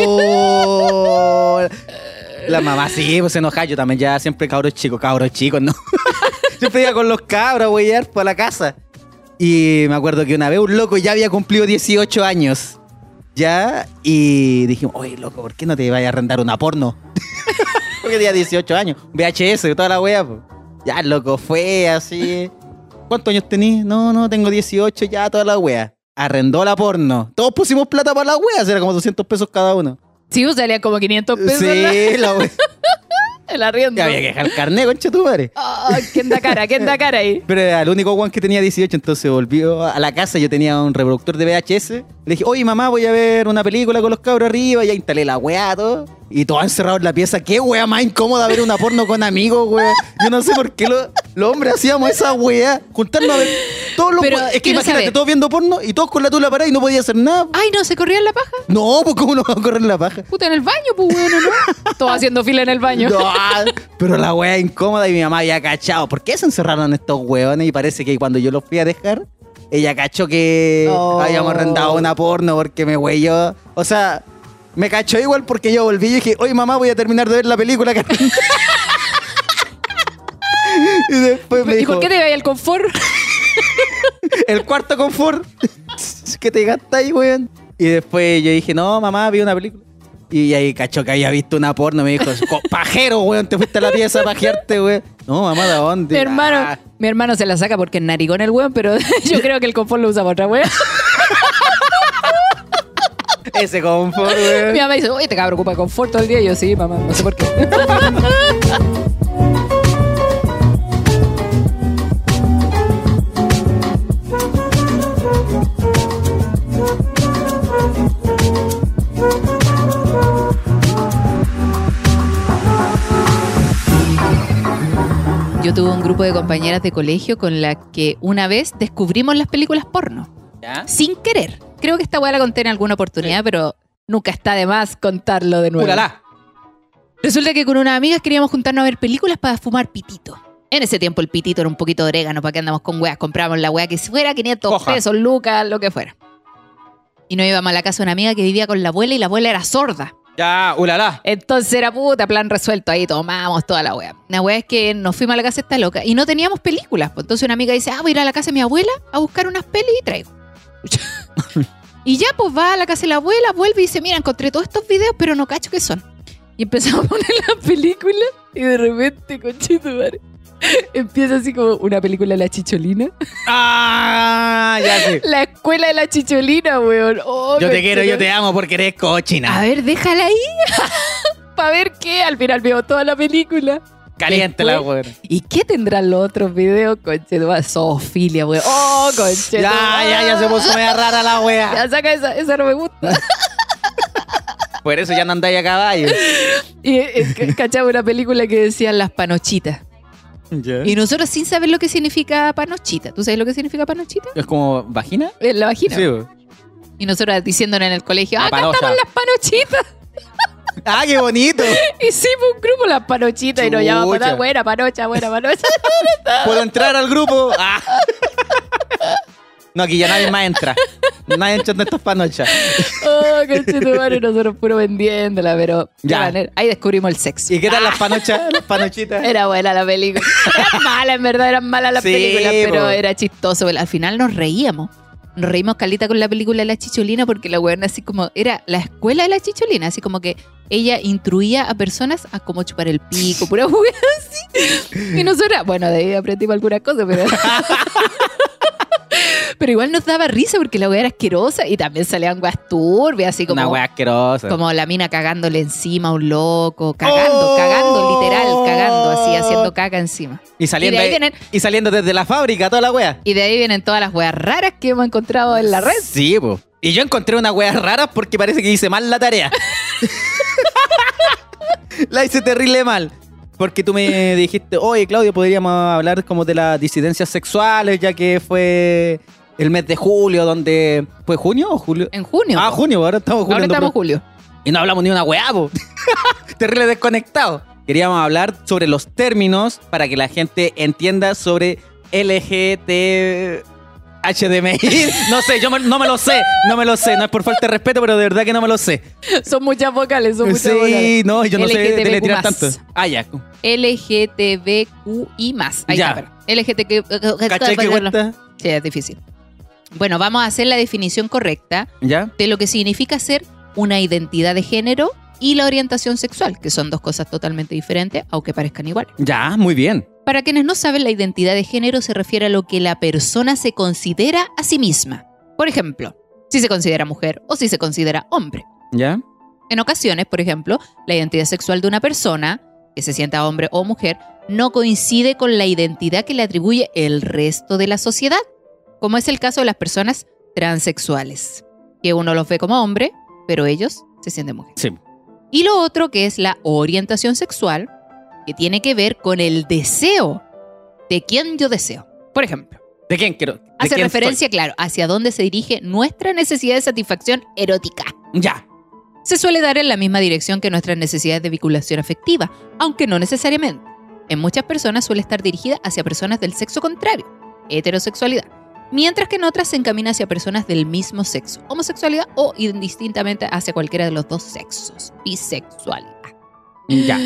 Oh, la mamá sí, pues se enoja. Yo también ya siempre cabros chicos, cabros chicos, ¿no? Siempre iba con los cabros, güey, para la casa. Y me acuerdo que una vez un loco ya había cumplido dieciocho años. Ya, y dijimos, oye, loco, ¿por qué no te vayas a arrendar una porno? Porque tenía dieciocho años, V H S, toda la wea, pues. Ya, el loco fue así. ¿Cuántos años tenías? No, no, tengo dieciocho, ya, toda la wea. Arrendó la porno. Todos pusimos plata para la wea, era como doscientos pesos cada uno. Sí, pues salían como quinientos pesos Sí, la- la wea. el arriendo. Que había que dejar el carnet, concha tu madre. Ah, ¿quién da cara? ¿Quién da cara ahí? Pero era el único Juan que tenía dieciocho, entonces volvió a la casa. Yo tenía un reproductor de V H S. Le dije, oye, mamá, voy a ver una película con los cabros arriba. Ya instalé la weá, todo. Y todo encerrado en la pieza. Qué weá más incómoda ver una porno con amigos, weá. Yo no sé por qué lo- los hombres hacíamos esa weá. Juntarnos a ver todos los Pero we- Es que quiero imagínate, saber. todos viendo porno y todos con la tula parada y no podía hacer nada. Ay, no, ¿se corría en la paja? No, pues cómo no va a correr la paja. Puta, en el baño, pues bueno, ¿no? Todos haciendo fila en el baño. No, pero la wea incómoda y mi mamá había cachado. ¿Por qué se encerraron estos weones? Y parece que cuando yo los fui a dejar, ella cachó que Oh. habíamos arrendado una porno porque me weyó. O sea, me cachó igual porque yo volví y dije, oye mamá, voy a terminar de ver la película que arrendé". Y después me ¿Y dijo, por qué te vaya al confort? el cuarto confort que te gastáis, weón. Y después yo dije, no, mamá, vi una película. Y ahí cachó que había visto una porno. Me dijo, "Co- pajero, weón, te fuiste a la pieza a pajearte, weón. No, mamá, ¿de dónde? Mi hermano, Ah, mi hermano se la saca porque es narigón el weón, pero yo creo que el confort lo usa para otra weón. ese confort, Mi weón. mamá dice, oye, te cabrón, ocupa confort todo el día. Y yo, sí, mamá, no sé por qué. Yo tuve un grupo de compañeras de colegio con las que una vez descubrimos las películas porno. ¿Ya? Sin querer. Creo que esta weá la conté en alguna oportunidad, pero nunca está de más contarlo de nuevo. Ulala. Resulta que con unas amigas queríamos juntarnos a ver películas para fumar pitito. En ese tiempo el pitito era un poquito de orégano, ¿para qué andamos con weas? Compramos la wea que fuera, quinientos Hoja. pesos, lucas, lo que fuera. Y nos íbamos a la casa de una amiga que vivía con la abuela y la abuela era sorda. Ya, ulala. Entonces era puta, plan resuelto, ahí tomamos toda la wea. La wea es que nos fuimos a la casa de esta loca y no teníamos películas. Pues entonces una amiga dice, ah, voy a ir a la casa de mi abuela a buscar unas pelis y traigo. Y ya pues va a la casa de la abuela, vuelve y dice, mira, encontré todos estos videos, pero no cacho qué son. Y empezamos a poner la película y de repente, conchito, madre, empieza así como una película de la chicholina. Ah, ya sé. La escuela de la chicholina, weón. Oh, Yo te quiero, conchito. yo te amo porque eres A cochina. ver, déjala ahí. Para ver qué. Al final veo toda la película. Caliente la Después- weón. ¿Y qué tendrán los otros videos? Concheto, zoofilia, weón. Oh, concheto. Ya, ya, ya se puso media rara la wea. Ya saca esa, esa no me gusta. Por eso ya no andáis a caballo. Y eh, c- cachaba una película que decían las panochitas. Ya. Y nosotros sin saber lo que significa panochita. ¿Tú sabes lo que significa panochita? ¿Es como vagina? En la vagina. Sí, weón. Y nosotros diciéndole en el colegio, La acá panocha. estamos las panochitas. ¡Ah, qué bonito! Hicimos un grupo las panochitas y nos llamamos Chucha. para buena panocha, buena panocha. ¿Puedo entrar al grupo? Ah. No, aquí ya nadie más entra. Nadie entra en estas panochas. Oh, conchetumare, nosotros puro vendiéndola, pero Ya. de manera- ahí descubrimos el sexo. ¿Y qué tal las panochas? Las panochitas. Era buena la película. Eran malas, en verdad, eran malas las Sí, películas, pero po. era chistoso. Al final nos reíamos. Nos reímos calita con la película de la chicholina porque la weona así como... Era la escuela de la chicholina, así como que ella instruía a personas a cómo chupar el pico, pura wea así. Y nosotros, bueno, de ahí aprendimos algunas cosas, pero... Pero igual nos daba risa porque la wea era asquerosa y también salían weas turbias, así como... Una wea asquerosa. Como la mina cagándole encima a un loco, cagando, ¡Oh! cagando, literal, cagando, así, haciendo caca encima. Y saliendo, Y de ahí ahí- vienen- y saliendo desde la fábrica, toda la wea. Y de ahí vienen todas las weas raras que hemos encontrado en la red. Sí, po. Y yo encontré una wea rara porque parece que hice mal la tarea. La hice terrible mal. Porque tú me dijiste, oye, Claudio, podríamos hablar como de las disidencias sexuales, ya que fue el mes de julio, donde... ¿Fue junio o julio? En junio. Ah, po. junio, ahora estamos julio. Ahora en estamos do- julio. Y no hablamos ni una weá, po. Terrible desconectado. Queríamos hablar sobre los términos para que la gente entienda sobre L G T H D M I. No sé, yo me- no me lo sé, no me lo sé. No es por falta de respeto, pero de verdad que no me lo sé. Son muchas vocales, son muchas Sí, vocales. no, yo no sé L G T B Q deletrear más. tanto. Ah, ya. L G T B Q I más. Ahí Ya. está, pero. L G T B ¿Cachai que cuesta? Sí, es difícil. Bueno, vamos a hacer la definición correcta ¿Ya? de lo que significa ser una identidad de género y la orientación sexual, que son dos cosas totalmente diferentes, aunque parezcan iguales. Ya, muy bien. Para quienes no saben, la identidad de género se refiere a lo que la persona se considera a sí misma. Por ejemplo, si se considera mujer o si se considera hombre. ¿Ya? En ocasiones, por ejemplo, la identidad sexual de una persona, que se sienta hombre o mujer, no coincide con la identidad que le atribuye el resto de la sociedad, como es el caso de las personas transexuales, que uno los ve como hombre, pero ellos se sienten mujer. Sí. Y lo otro que es la orientación sexual, que tiene que ver con el deseo de quién yo deseo. Por ejemplo, ¿De quién quiero? ¿De hace quién referencia, claro, hacia dónde se dirige nuestra necesidad de satisfacción erótica. soy? Ya. Se suele dar en la misma dirección que nuestras necesidades de vinculación afectiva, aunque no necesariamente. En muchas personas suele estar dirigida hacia personas del sexo contrario, heterosexualidad, mientras que en otras se encamina hacia personas del mismo sexo, homosexualidad o indistintamente hacia cualquiera de los dos sexos, bisexualidad. Ya.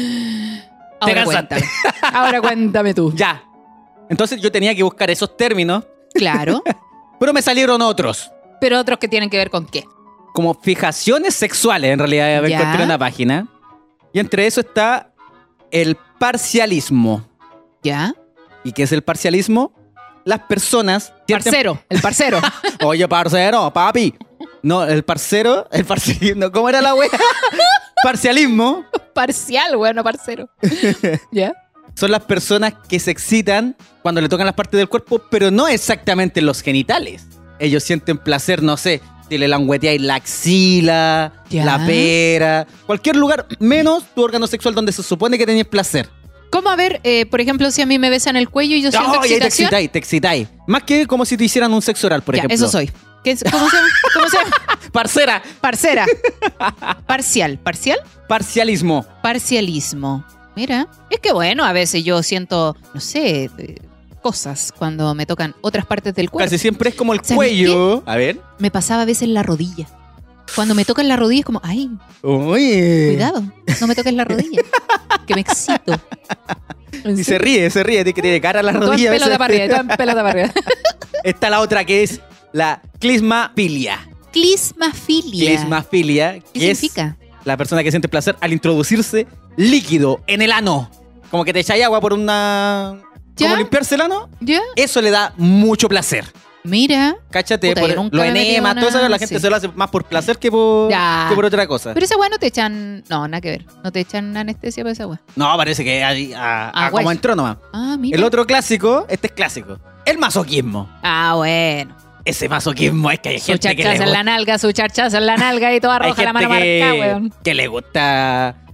Ahora cansaste. cuéntame. Ahora cuéntame tú. Ya. Entonces yo tenía que buscar esos términos, Claro, pero me salieron otros. pero otros que tienen que ver con qué. Como fijaciones sexuales, en realidad, Ya. encontré una página. Y entre eso está el parcialismo. ¿Ya? ¿Y qué es el parcialismo? Las personas... sienten- Parcero, el parcero. Oye, parcero, papi. No, el parcero, el parcialismo. ¿Cómo era la wea? Parcialismo Parcial, bueno, parcero. ¿Ya? son las personas que se excitan cuando le tocan las partes del cuerpo, pero no exactamente los genitales. Ellos sienten placer, no sé, si le langueteáis la axila, Ya. la pera, cualquier lugar menos tu órgano sexual donde se supone que tenías placer. ¿Cómo a ver, eh, por ejemplo, si a mí me besan el cuello y yo siento Oh, y ahí te excitación? excitáis, te excitáis. Más que como si te hicieran un sexo oral, por Ya, ejemplo. eso soy. ¿Qué es? ¿Cómo se llama? ¿Cómo se llama? Parcera. Parcera. Parcial. ¿Parcial? Parcialismo. Parcialismo. Mira, es que bueno, a veces yo siento, no sé, eh, cosas cuando me tocan otras partes del cuerpo. Casi siempre es como el ¿Sabes cuello. A ver. Me pasaba a veces en la rodilla. Cuando me tocan la rodilla es como, ay, Uy. cuidado, no me toques la rodilla, que me excito. Y se ríe, se ríe, tiene que tiene cara a la Todo en rodilla. a pelota veces. para arriba, todo en pelota para arriba. Está la otra que es la clismafilia. Clismafilia. Clismafilia, ¿Qué que es significa? la persona que siente placer al introducirse líquido en el ano. Como que te echáis agua por una... ¿Ya? Como limpiarse el ano. ¿Ya? Eso le da mucho placer. Mira. Cáchate, Puta, por yo nunca los me he metido enemas, una- todo eso, la gente sí. se lo hace más por placer que por, Ya. que por otra cosa. Pero esa weá no te echan. No, nada que ver. No te echan anestesia para esa weá. No, parece que ahí, a- a- Ah, como guay. entró nomás. Ah, mira. El otro clásico, este es clásico. El masoquismo. Ah, bueno. Ese masoquismo es que hay Su gente que le charchaza en la gusta. nalga, su charchaza en la nalga y toda Hay roja la gente mano marcada, que, weón. que le gusta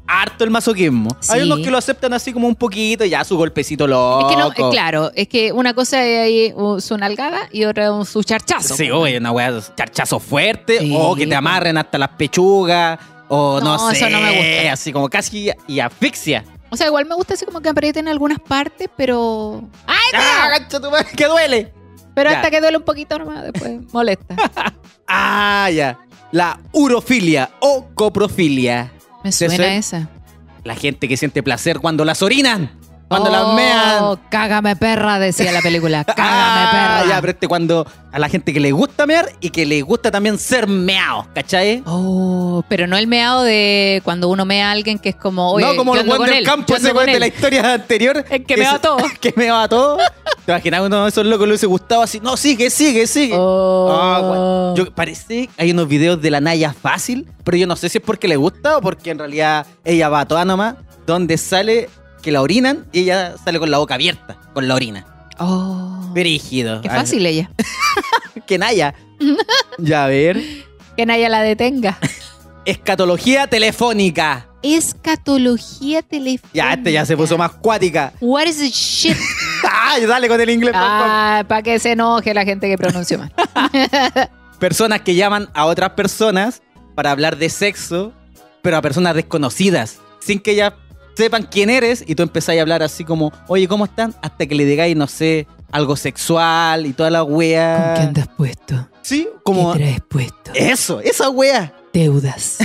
harto el masoquismo. Hay Sí. unos que lo aceptan así como un poquito, ya su golpecito loco. Es que no, eh, claro, es que una cosa es ahí uh, su nalgada y otra es su charchazo. Sí, po. oye, una weá, charchazo fuerte, Sí, o que te po. amarren hasta las pechugas, o no, No, sé, eso no me gusta. así como casi y asfixia. O sea, igual me gusta así como que aprieten algunas partes, pero. ¡Ay, ¡Ah, no! concha tu madre, que duele! Pero Ya. hasta que duele un poquito nomás, después molesta. Ah, ya. La urofilia o coprofilia. Me ¿Te suena suena? esa. La gente que siente placer cuando las orinan, cuando Oh, las mean. Cágame perra, decía la película. Cágame Ah, perra. ya, pero este cuando a la gente que le gusta mear y que le gusta también ser meado, ¿cachai? Oh, pero no el meado de cuando uno mea a alguien que es como, oye, no como yo el ando buen con del él, campo, yo ese ando con güey de la él. historia anterior. El que mea a se- todo. Que mea a todo. ¿Te imaginas uno de esos locos le hubiese gustado así? No, sigue, sigue, sigue. Oh. Ah, güey. Yo, parece, hay unos videos de la Naya Fácil, pero yo no sé si es porque le gusta o porque en realidad ella va a toda nomás, donde sale que la orinan y ella sale con la boca abierta, con la orina. Oh. Brígido. Qué fácil ella. Que Naya. Ya, a ver. Que nadie la detenga. Escatología telefónica. Escatología telefónica. Ya, este ya se puso más cuática. What is the shit? Ay, dale con el inglés. pam, pam. Ah, para que se enoje la gente que pronunció mal. Personas que llaman a otras personas para hablar de sexo, pero a personas desconocidas, sin que ellas sepan quién eres, y tú empezás a hablar así como, oye, ¿cómo están? Hasta que le digáis, no sé, algo sexual y toda la wea. ¿Con qué andas puesto? Sí, como... ¿Qué traes puesto? Eso, esa wea. Deudas.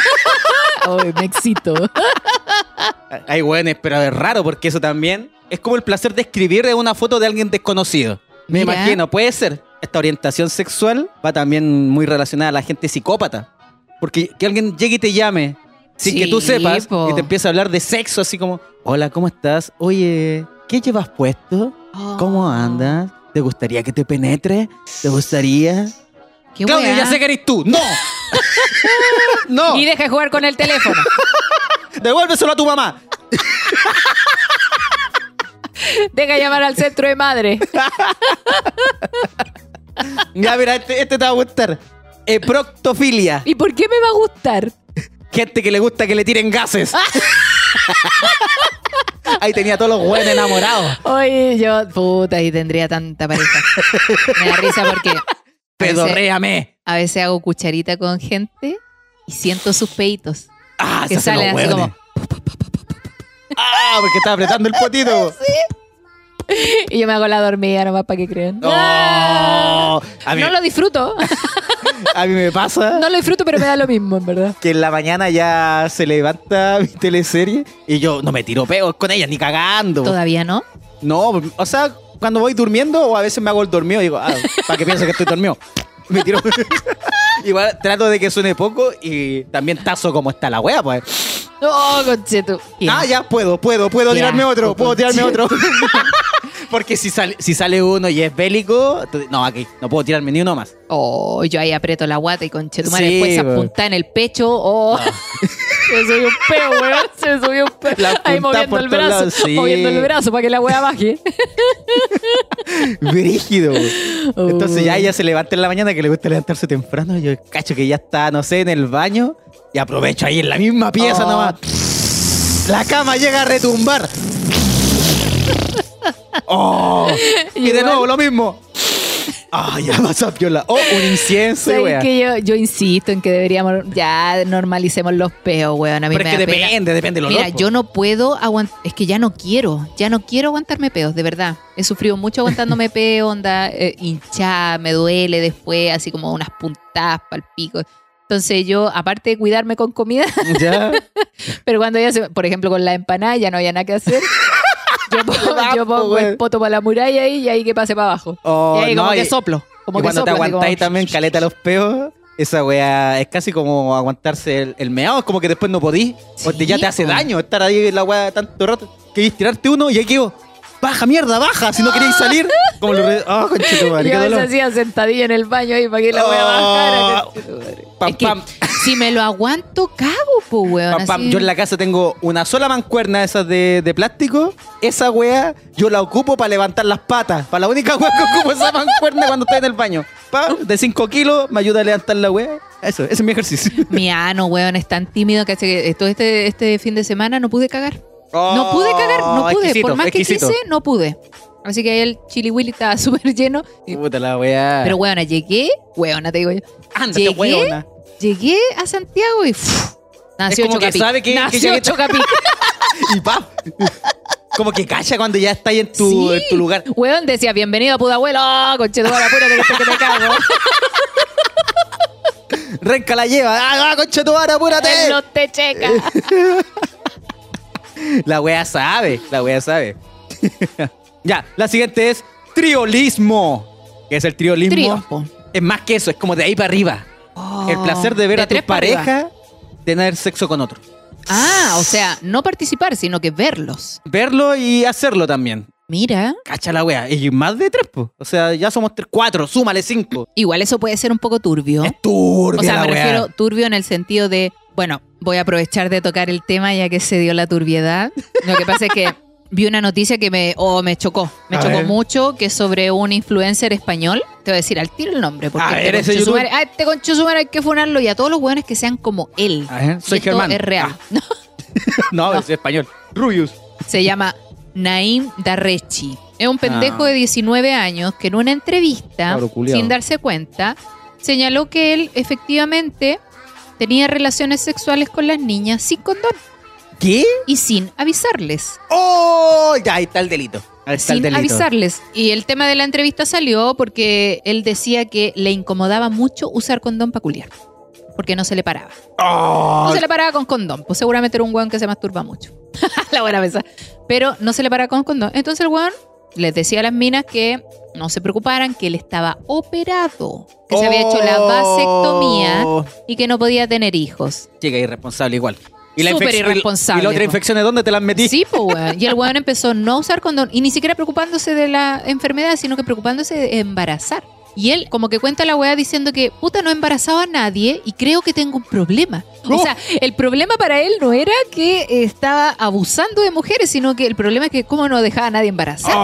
Ay, me excito. Hay weones, pero es raro porque eso también es como el placer de escribir en una foto de alguien desconocido. Me Mira. imagino, puede ser. Esta orientación sexual va también muy relacionada a la gente psicópata. Porque que alguien llegue y te llame sin Sí, que tú sepas po. y te empiece a hablar de sexo así como, hola, ¿cómo estás? Oye, ¿qué llevas puesto? ¿Cómo andas? ¿Te gustaría que te penetre? ¿Te gustaría? Qué Claudio, weá. ya sé que eres tú. ¡No! ¡No! Y deja de jugar con el teléfono. ¡Devuélveselo a tu mamá! Deja de llamar al centro de madre. Ya, mira, este, este te va a gustar. Eh, proctofilia. ¿Y por qué me va a gustar? Gente que le gusta que le tiren gases. Ahí tenía a todos los güeyes enamorados. Oye, yo, puta, y tendría tanta pareja. Me da risa porque a veces, Pedorréame. a veces hago cucharita con gente y siento sus peitos. Ah, Que se hacen los salen así hueones. como... Ah, porque estaba apretando el potito. Y yo me hago la dormida nomás para que crean. No. A mí, No lo disfruto. a mí me pasa No lo disfruto, pero me da lo mismo, en verdad. que en la mañana ya se levanta mi teleserie y yo no me tiro peos con ella, ni cagando. Todavía no. No, o sea, cuando voy durmiendo o a veces me hago el dormido y digo, ah, para que piense que estoy dormido. Me tiro. Igual trato de que suene poco y también tazo como está la wea, pues. Oh, conchetu. Ah, ya puedo, puedo, puedo Qué tirarme asco, otro, puedo tirarme conchetu. otro. Porque si sale, si sale uno y es bélico, tú- no, aquí no puedo tirarme ni uno más. Oh, yo ahí aprieto la guata y conchetumare Sí, después se weón. apunta en el pecho. Oh, se me subió un peo, weón. Se me subió un peo. La Ahí apuntá moviendo por el todos brazo. lados, sí. Moviendo el brazo para que la wea baje. Brígido. Entonces ya Oh. ella se levanta en la mañana que le gusta levantarse temprano. Yo cacho que ya está, no sé, en el baño. Y aprovecho ahí en la misma pieza Oh. nomás. La cama llega a retumbar. Oh, y de Igual. nuevo lo mismo. Ah, ya vas a piola. Oh, un incienso, ¿Sabes wea. que yo, yo insisto en que deberíamos ya normalicemos los peos, weón. A mí Pero me es que da pena. depende, depende de los Mira, locos. yo no puedo aguantar, es que ya no quiero, ya no quiero aguantarme peos, de verdad. He sufrido mucho aguantándome peos, onda, eh, hinchada, me duele después, así como unas puntadas pa'l pico. Entonces yo, aparte de cuidarme con comida, Ya. pero cuando ya se, por ejemplo con la empanada ya no había nada que hacer, yo pongo, yo pongo güey. el poto para la muralla ahí y ahí que pase para abajo. Oh, y ahí como no, que y- soplo. Como y que cuando soplo, te así como- aguantáis también caleta los peos, esa weá es casi como aguantarse el, el meado, es como que después no podís, porque Sí, ya te hace po. daño estar ahí en la weá tanto rato. Querís tirarte uno y ahí quedo, baja mierda, baja, si no queréis salir. Como lo re... Oh, conchetumare, Y qué a veces dolor. hacía sentadilla en el baño ahí para que la wea Oh. bajara. conchetumare. Pam, Es que pam. si me lo aguanto, cago, pues, weón. Pam, pam. así. Yo en la casa tengo una sola mancuerna de esas de, de plástico. Esa weá yo la ocupo para levantar las patas. Para la única weá que ocupo esa mancuerna cuando estoy en el baño. Pa, de cinco kilos me ayuda a levantar la weá. Eso, ese es mi ejercicio. Mi ano, weón, es tan tímido que hace que todo este, este fin de semana no pude cagar. No pude cagar, no pude. Exquisito, Por más exquisito. que quise, no pude. Así que ahí el chili willy estaba súper lleno. Y- Puta la weá. Pero weona, llegué, weona, te digo yo. Ándate, llegué, weona. Llegué a Santiago y ¡fuf! Nació Es como que Chocapic. sabe que- que Nació llegué- Chocapic. Y pa. Como que cacha cuando ya está ahí en tu, Sí. en tu lugar. Weón decía, bienvenido a Pudahuelo. Oh, conchetumare, apúrate que estoy que te cago. Renca la lleva. ¡Ah, concha tu vara, apúrate! Él no te checa. La wea sabe, la wea sabe. Ya, la siguiente es triolismo. ¿Qué es el triolismo? Trío, po. Es más que eso, es como de ahí para arriba. Oh, El placer de ver a tu tres para arriba. pareja tener sexo con otro. Ah, o sea, no participar, sino que verlos. Verlo y hacerlo también. Mira, Cacha la wea. Y más de tres, po. O sea, ya somos tres, cuatro, súmale cinco. igual eso puede ser un poco turbio. Es turbia O sea, la me wea. refiero turbio en el sentido de, bueno, voy a aprovechar de tocar el tema ya que se dio la turbiedad. Lo que pasa es que vi una noticia que me, oh, me chocó. Me A chocó ver. mucho, que es sobre un influencer español. Te voy a decir al tiro el nombre, porque A este ver, ese concho su YouTube. madre- ah, este concho su madre hay que funarlo y a todos los hueones que sean como él. A ver, soy Y esto Germán. es real. Ah. No, es español. Rubius. Se llama Naim Darrechi. Es un pendejo Ah. de diecinueve años que en una entrevista, Cabro culiao. sin darse cuenta, señaló que él efectivamente tenía relaciones sexuales con las niñas sin condón ¿Qué? y sin avisarles. ¡Oh! Ya, ahí está el delito. Ahí está el Sin delito. avisarles. Y el tema de la entrevista salió porque él decía que le incomodaba mucho usar condón para culiar. Porque no se le paraba. ¡Oh! No se le paraba con condón. Pues seguramente era un weón que se masturba mucho. La buena mesa. Pero no se le paraba con condón. Entonces el weón les decía a las minas que no se preocuparan, que él estaba operado. Que se había hecho la vasectomía Oh. y que no podía tener hijos. Chica, irresponsable igual. Súper infección- irresponsable, ¿Y la otra po. infección de dónde te las metí? Sí, pues weón. Y el weón empezó no a usar condón. Y ni siquiera preocupándose de la enfermedad, sino que preocupándose de embarazar. Y él como que cuenta la weá diciendo que puta, no he embarazado a nadie y creo que tengo un problema. O Oh. sea, el problema para él no era que estaba abusando de mujeres, sino que el problema es que cómo no dejaba a nadie embarazar.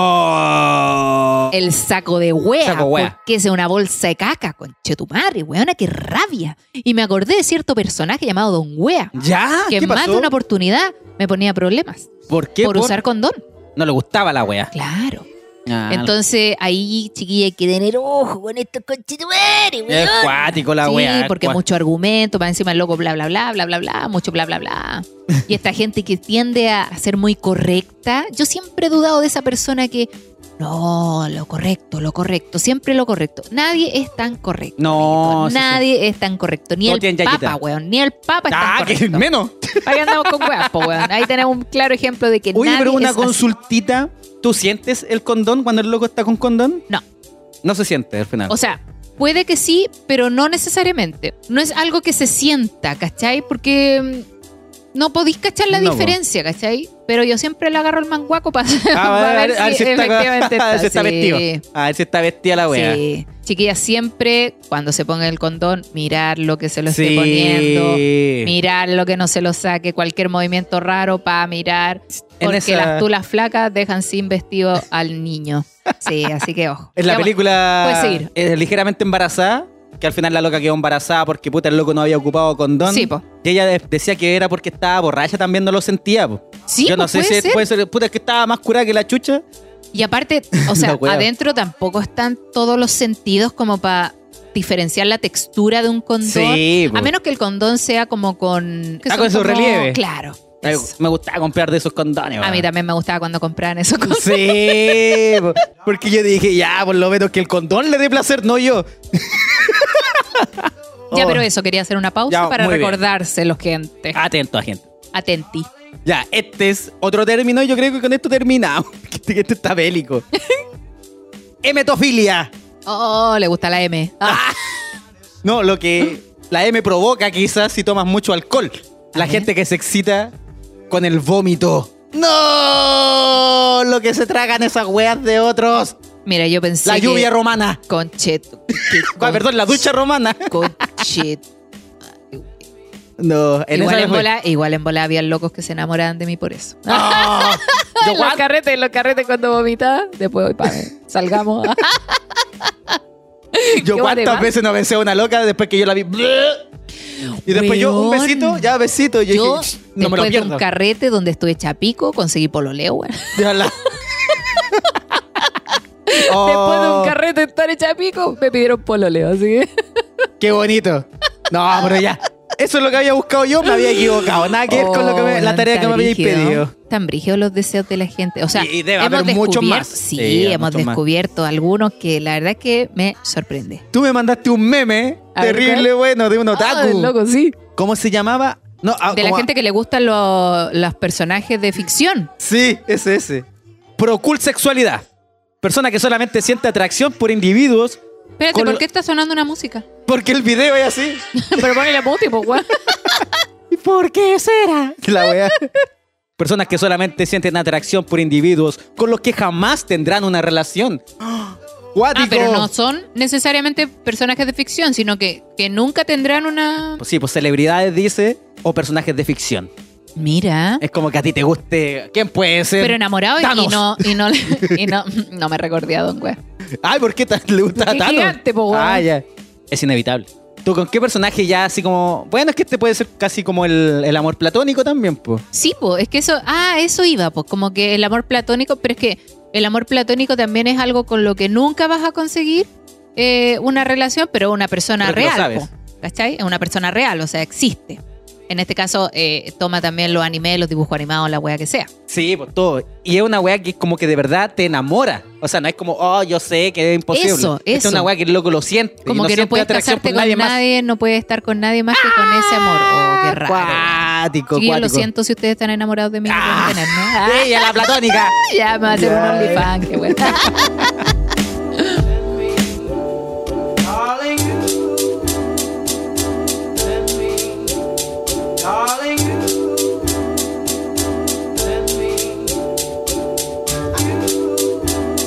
Oh. El saco de wea, Saco wea. porque es una bolsa de caca, conchetumare, weona, qué rabia. Y me acordé de cierto personaje llamado Don Wea, ¿Ya? que ¿Qué en más pasó? de una oportunidad me ponía problemas ¿Por qué? por usar condón. No le gustaba la wea. Claro. Ah, Entonces ahí, chiquilla, hay que tener ojo con estos conchetumares, es weón. cuático la Sí, wea. porque cua- mucho argumento, para encima el loco, bla, bla, bla, bla, bla, bla, mucho bla, bla, bla. Y esta gente que tiende a ser muy correcta, yo siempre he dudado de esa persona que, no, lo correcto, lo correcto, siempre lo correcto. Nadie es tan correcto. No, amiguito. sí, sí. Nadie es tan correcto. Ni Todos el tienen papa, yayita. weón, ni el papa es tan Ah, que correcto. menos. Ahí andamos con weas, po, weón. Ahí tenemos un claro ejemplo de que Oye, nadie pero una es así. consultita. ¿Tú sientes el condón cuando el loco está con condón? No. No se siente al final. O sea, puede que sí, pero no necesariamente. No es algo que se sienta, ¿cachai? Porque mm, no podéis cachar la No, po. diferencia, ¿cachai? Pero yo siempre le agarro el manguaco para, Ah, ver, si, está, efectivamente a ver si está Sí. vestido. A ver si está vestida la wea. Sí. Chiquillas, siempre cuando se ponga el condón, mirar lo que se lo esté Sí. poniendo, mirar lo que no se lo saque, cualquier movimiento raro para mirar, En porque esa- las tulas flacas dejan sin vestido al niño. Sí, así que ojo. En la Ya, bueno, película puedes seguir. eh, ligeramente embarazada, que al final la loca quedó embarazada porque puta el loco no había ocupado condón. Sí, po. Y ella de- decía que era porque estaba borracha, también no lo sentía. Po. Sí, Yo no pues, sé puede si ser. puede ser, puta, es que estaba más curada que la chucha. Y aparte, o sea, La wea. adentro tampoco están todos los sentidos como para diferenciar la textura de un condón. Sí, po. A menos que el condón sea como con... que Ah, son con su como- relieve. Claro. Ay, eso. me gustaba comprar de esos condones. A weón. mí también me gustaba cuando compraban esos cosas. Sí, po, porque yo dije, ya, por lo menos que el condón le dé placer, no yo. Ya, Oh. pero eso, quería hacer una pausa Ya, para muy bien. Ah. recordárselo, gente. Atento a gente. Atenti. Ya, este es otro término y yo creo que con esto terminamos. Que este, que este está bélico. Hemetofilia. Oh, le gusta la M. Ah, No, lo que la M provoca quizás si tomas mucho alcohol. La A ver. gente que se excita con el vómito. ¡No! Lo que se tragan esas weas de otros. mira, yo pensé La que- lluvia romana. Concheto. que Ah, perdón, la ducha romana. Concheto. No, en Igual esa en, fue- bola, igual en bola había locos que se enamoraban de mí por eso. Ah, yo, los what? carretes, los carretes cuando vomitaba. Después voy para salgamos. Yo ¿Qué cuántas además? veces no besé a una loca después que yo la vi. Y después yo, un Weón. besito, ya besito. Yo, Yo, dije, no me lo después de pierdo. un carrete donde estuve chapico, conseguí pololeo, weón. Déjala. Después de un Oh, carrete de estar hecha pico, me pidieron pololeo, así que... Qué bonito. No, pero ya. Eso es lo que había buscado yo, me había equivocado. Nada que ver con lo que me- la Oh, tarea que tan me habíais brígido. pedido. Tan brígidos los deseos de la gente. O sea, Y debe hemos haber muchos descubierto- más. Sí, Sí, hemos muchos más. descubierto algunos que la verdad es que me sorprende. Tú me mandaste un meme A ver, terrible bueno de un Ah, otaku. loco, sí. ¿Cómo se llamaba? No, ah, De la como- gente que le gustan los, los personajes de ficción. Sí, ese, ese. Procul sexualidad. Persona que solamente siente atracción por individuos Espérate, Con ¿por lo- qué está sonando una música? porque el video es así. Pero ponele muti, pues, weón. ¿Y por qué será? La wea. Personas que solamente sienten atracción por individuos con los que jamás tendrán una relación. Cuático. Ah, pero no son necesariamente personajes de ficción, sino que, que nunca tendrán una... Pues sí, pues celebridades dice o personajes de ficción. Mira. Es como que a ti te guste. ¿Quién puede ser? Pero enamorado y- y Thanos. no, y no, y no, no me recordé a Don Güey. Ay, ¿por qué tan- le gusta a Porque es Thanos? gigante, po, weón. Ah, ya. Es inevitable. ¿Tú con qué personaje ya así como... Bueno, es que este puede ser casi como el, el amor platónico también, pues. Sí, pues, es que eso, ah, eso iba, pues, como que el amor platónico, pero es que el amor platónico también es algo con lo que nunca vas a conseguir eh, una relación, pero una persona Pero que lo real, sabes. po, ¿cachai? Es una persona real, o sea, existe. En este caso, eh, toma también los animes, los dibujos animados, la wea que sea. Sí, pues todo. Y es una weá que como que de verdad te enamora. O sea, no es como, oh, yo sé que es imposible. Eso, Esta Es eso. una weá que el loco lo siente. y Como que no siente puedes atracción casarte por con nadie nadie, más. no puedes estar con nadie más que con ese amor. Oh, qué raro. Cuático, Chiquillos, lo cuático. siento si ustedes están enamorados de mí. no Ah. pueden tenerme. Ah, Ella, la platónica. ya me va a hacer un Ya. OnlyFans, qué bueno. Darling, you. Let me. Darling, you. Let me. You.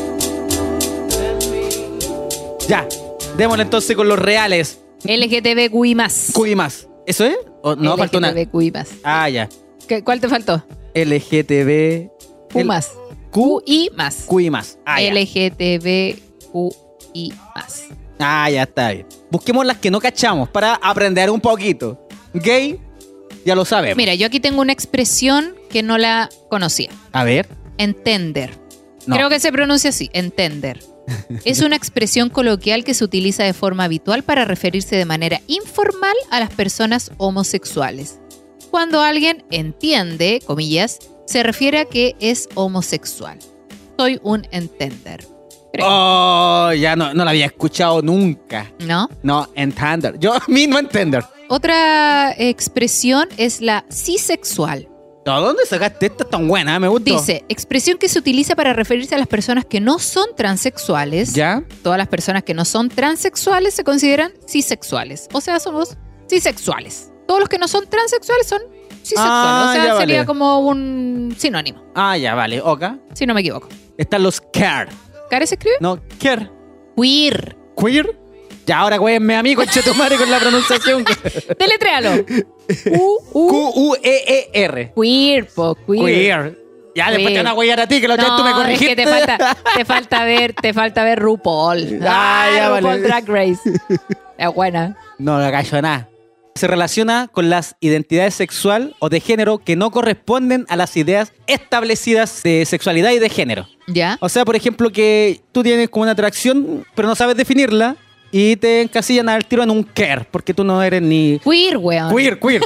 Let me. Ya. Démosle entonces con los reales. L G T B Q I más. Q I más. ¿Eso es? ¿O no faltó nada? L G T B Q I más. Ah, ya. ¿Qué- ¿Cuál te faltó? L G T B. Q el- más. Q, Q I más. Q I más. Ah, ya. L G T B Q I más. Ah, ya está bien. Busquemos las que no cachamos para aprender un poquito. Gay, ya lo sabemos. Mira, yo aquí tengo una expresión que no la conocía. A ver. Entender. No. Creo que se pronuncia así, entender. Es una expresión coloquial que se utiliza de forma habitual para referirse de manera informal a las personas homosexuales. Cuando alguien entiende, comillas, se refiere a que es homosexual. Soy un entender. Creo. Oh, ya no, no la había escuchado nunca. ¿No? No, entender. Yo a mí no entender. Otra expresión es la cisexual. ¿De dónde sacaste esta tan buena? Me gustó. Dice, expresión que se utiliza para referirse a las personas que no son transexuales. ¿Ya? Todas las personas que no son transexuales se consideran cisexuales. O sea, somos cisexuales. Todos los que no son transexuales son cisexuales. Ah, o sea, ya sería vale. como un sinónimo, Ah, ya, vale. Oka. si no me equivoco. Están los care. ¿Care se escribe? No, care. Queer. Queer. Ya, ahora güeyme a mí, conche tu madre, con la pronunciación. Deletréalo. U, U. Q U E E R. Queer, po, queer. Queer. Ya, después Queer. te van a huellar a ti, que lo No, tú me es corrigiste. que te falta, te falta ver, te falta ver RuPaul. Ah, ya RuPaul vale. Drag Race. Es buena. No, no callo nada. Se relaciona con las identidades sexual o de género que no corresponden a las ideas establecidas de sexualidad y de género. ¿Ya? O sea, por ejemplo, que tú tienes como una atracción, pero no sabes definirla y te encasillan al tiro en un care, porque tú no eres ni Queer, weón. queer, queer.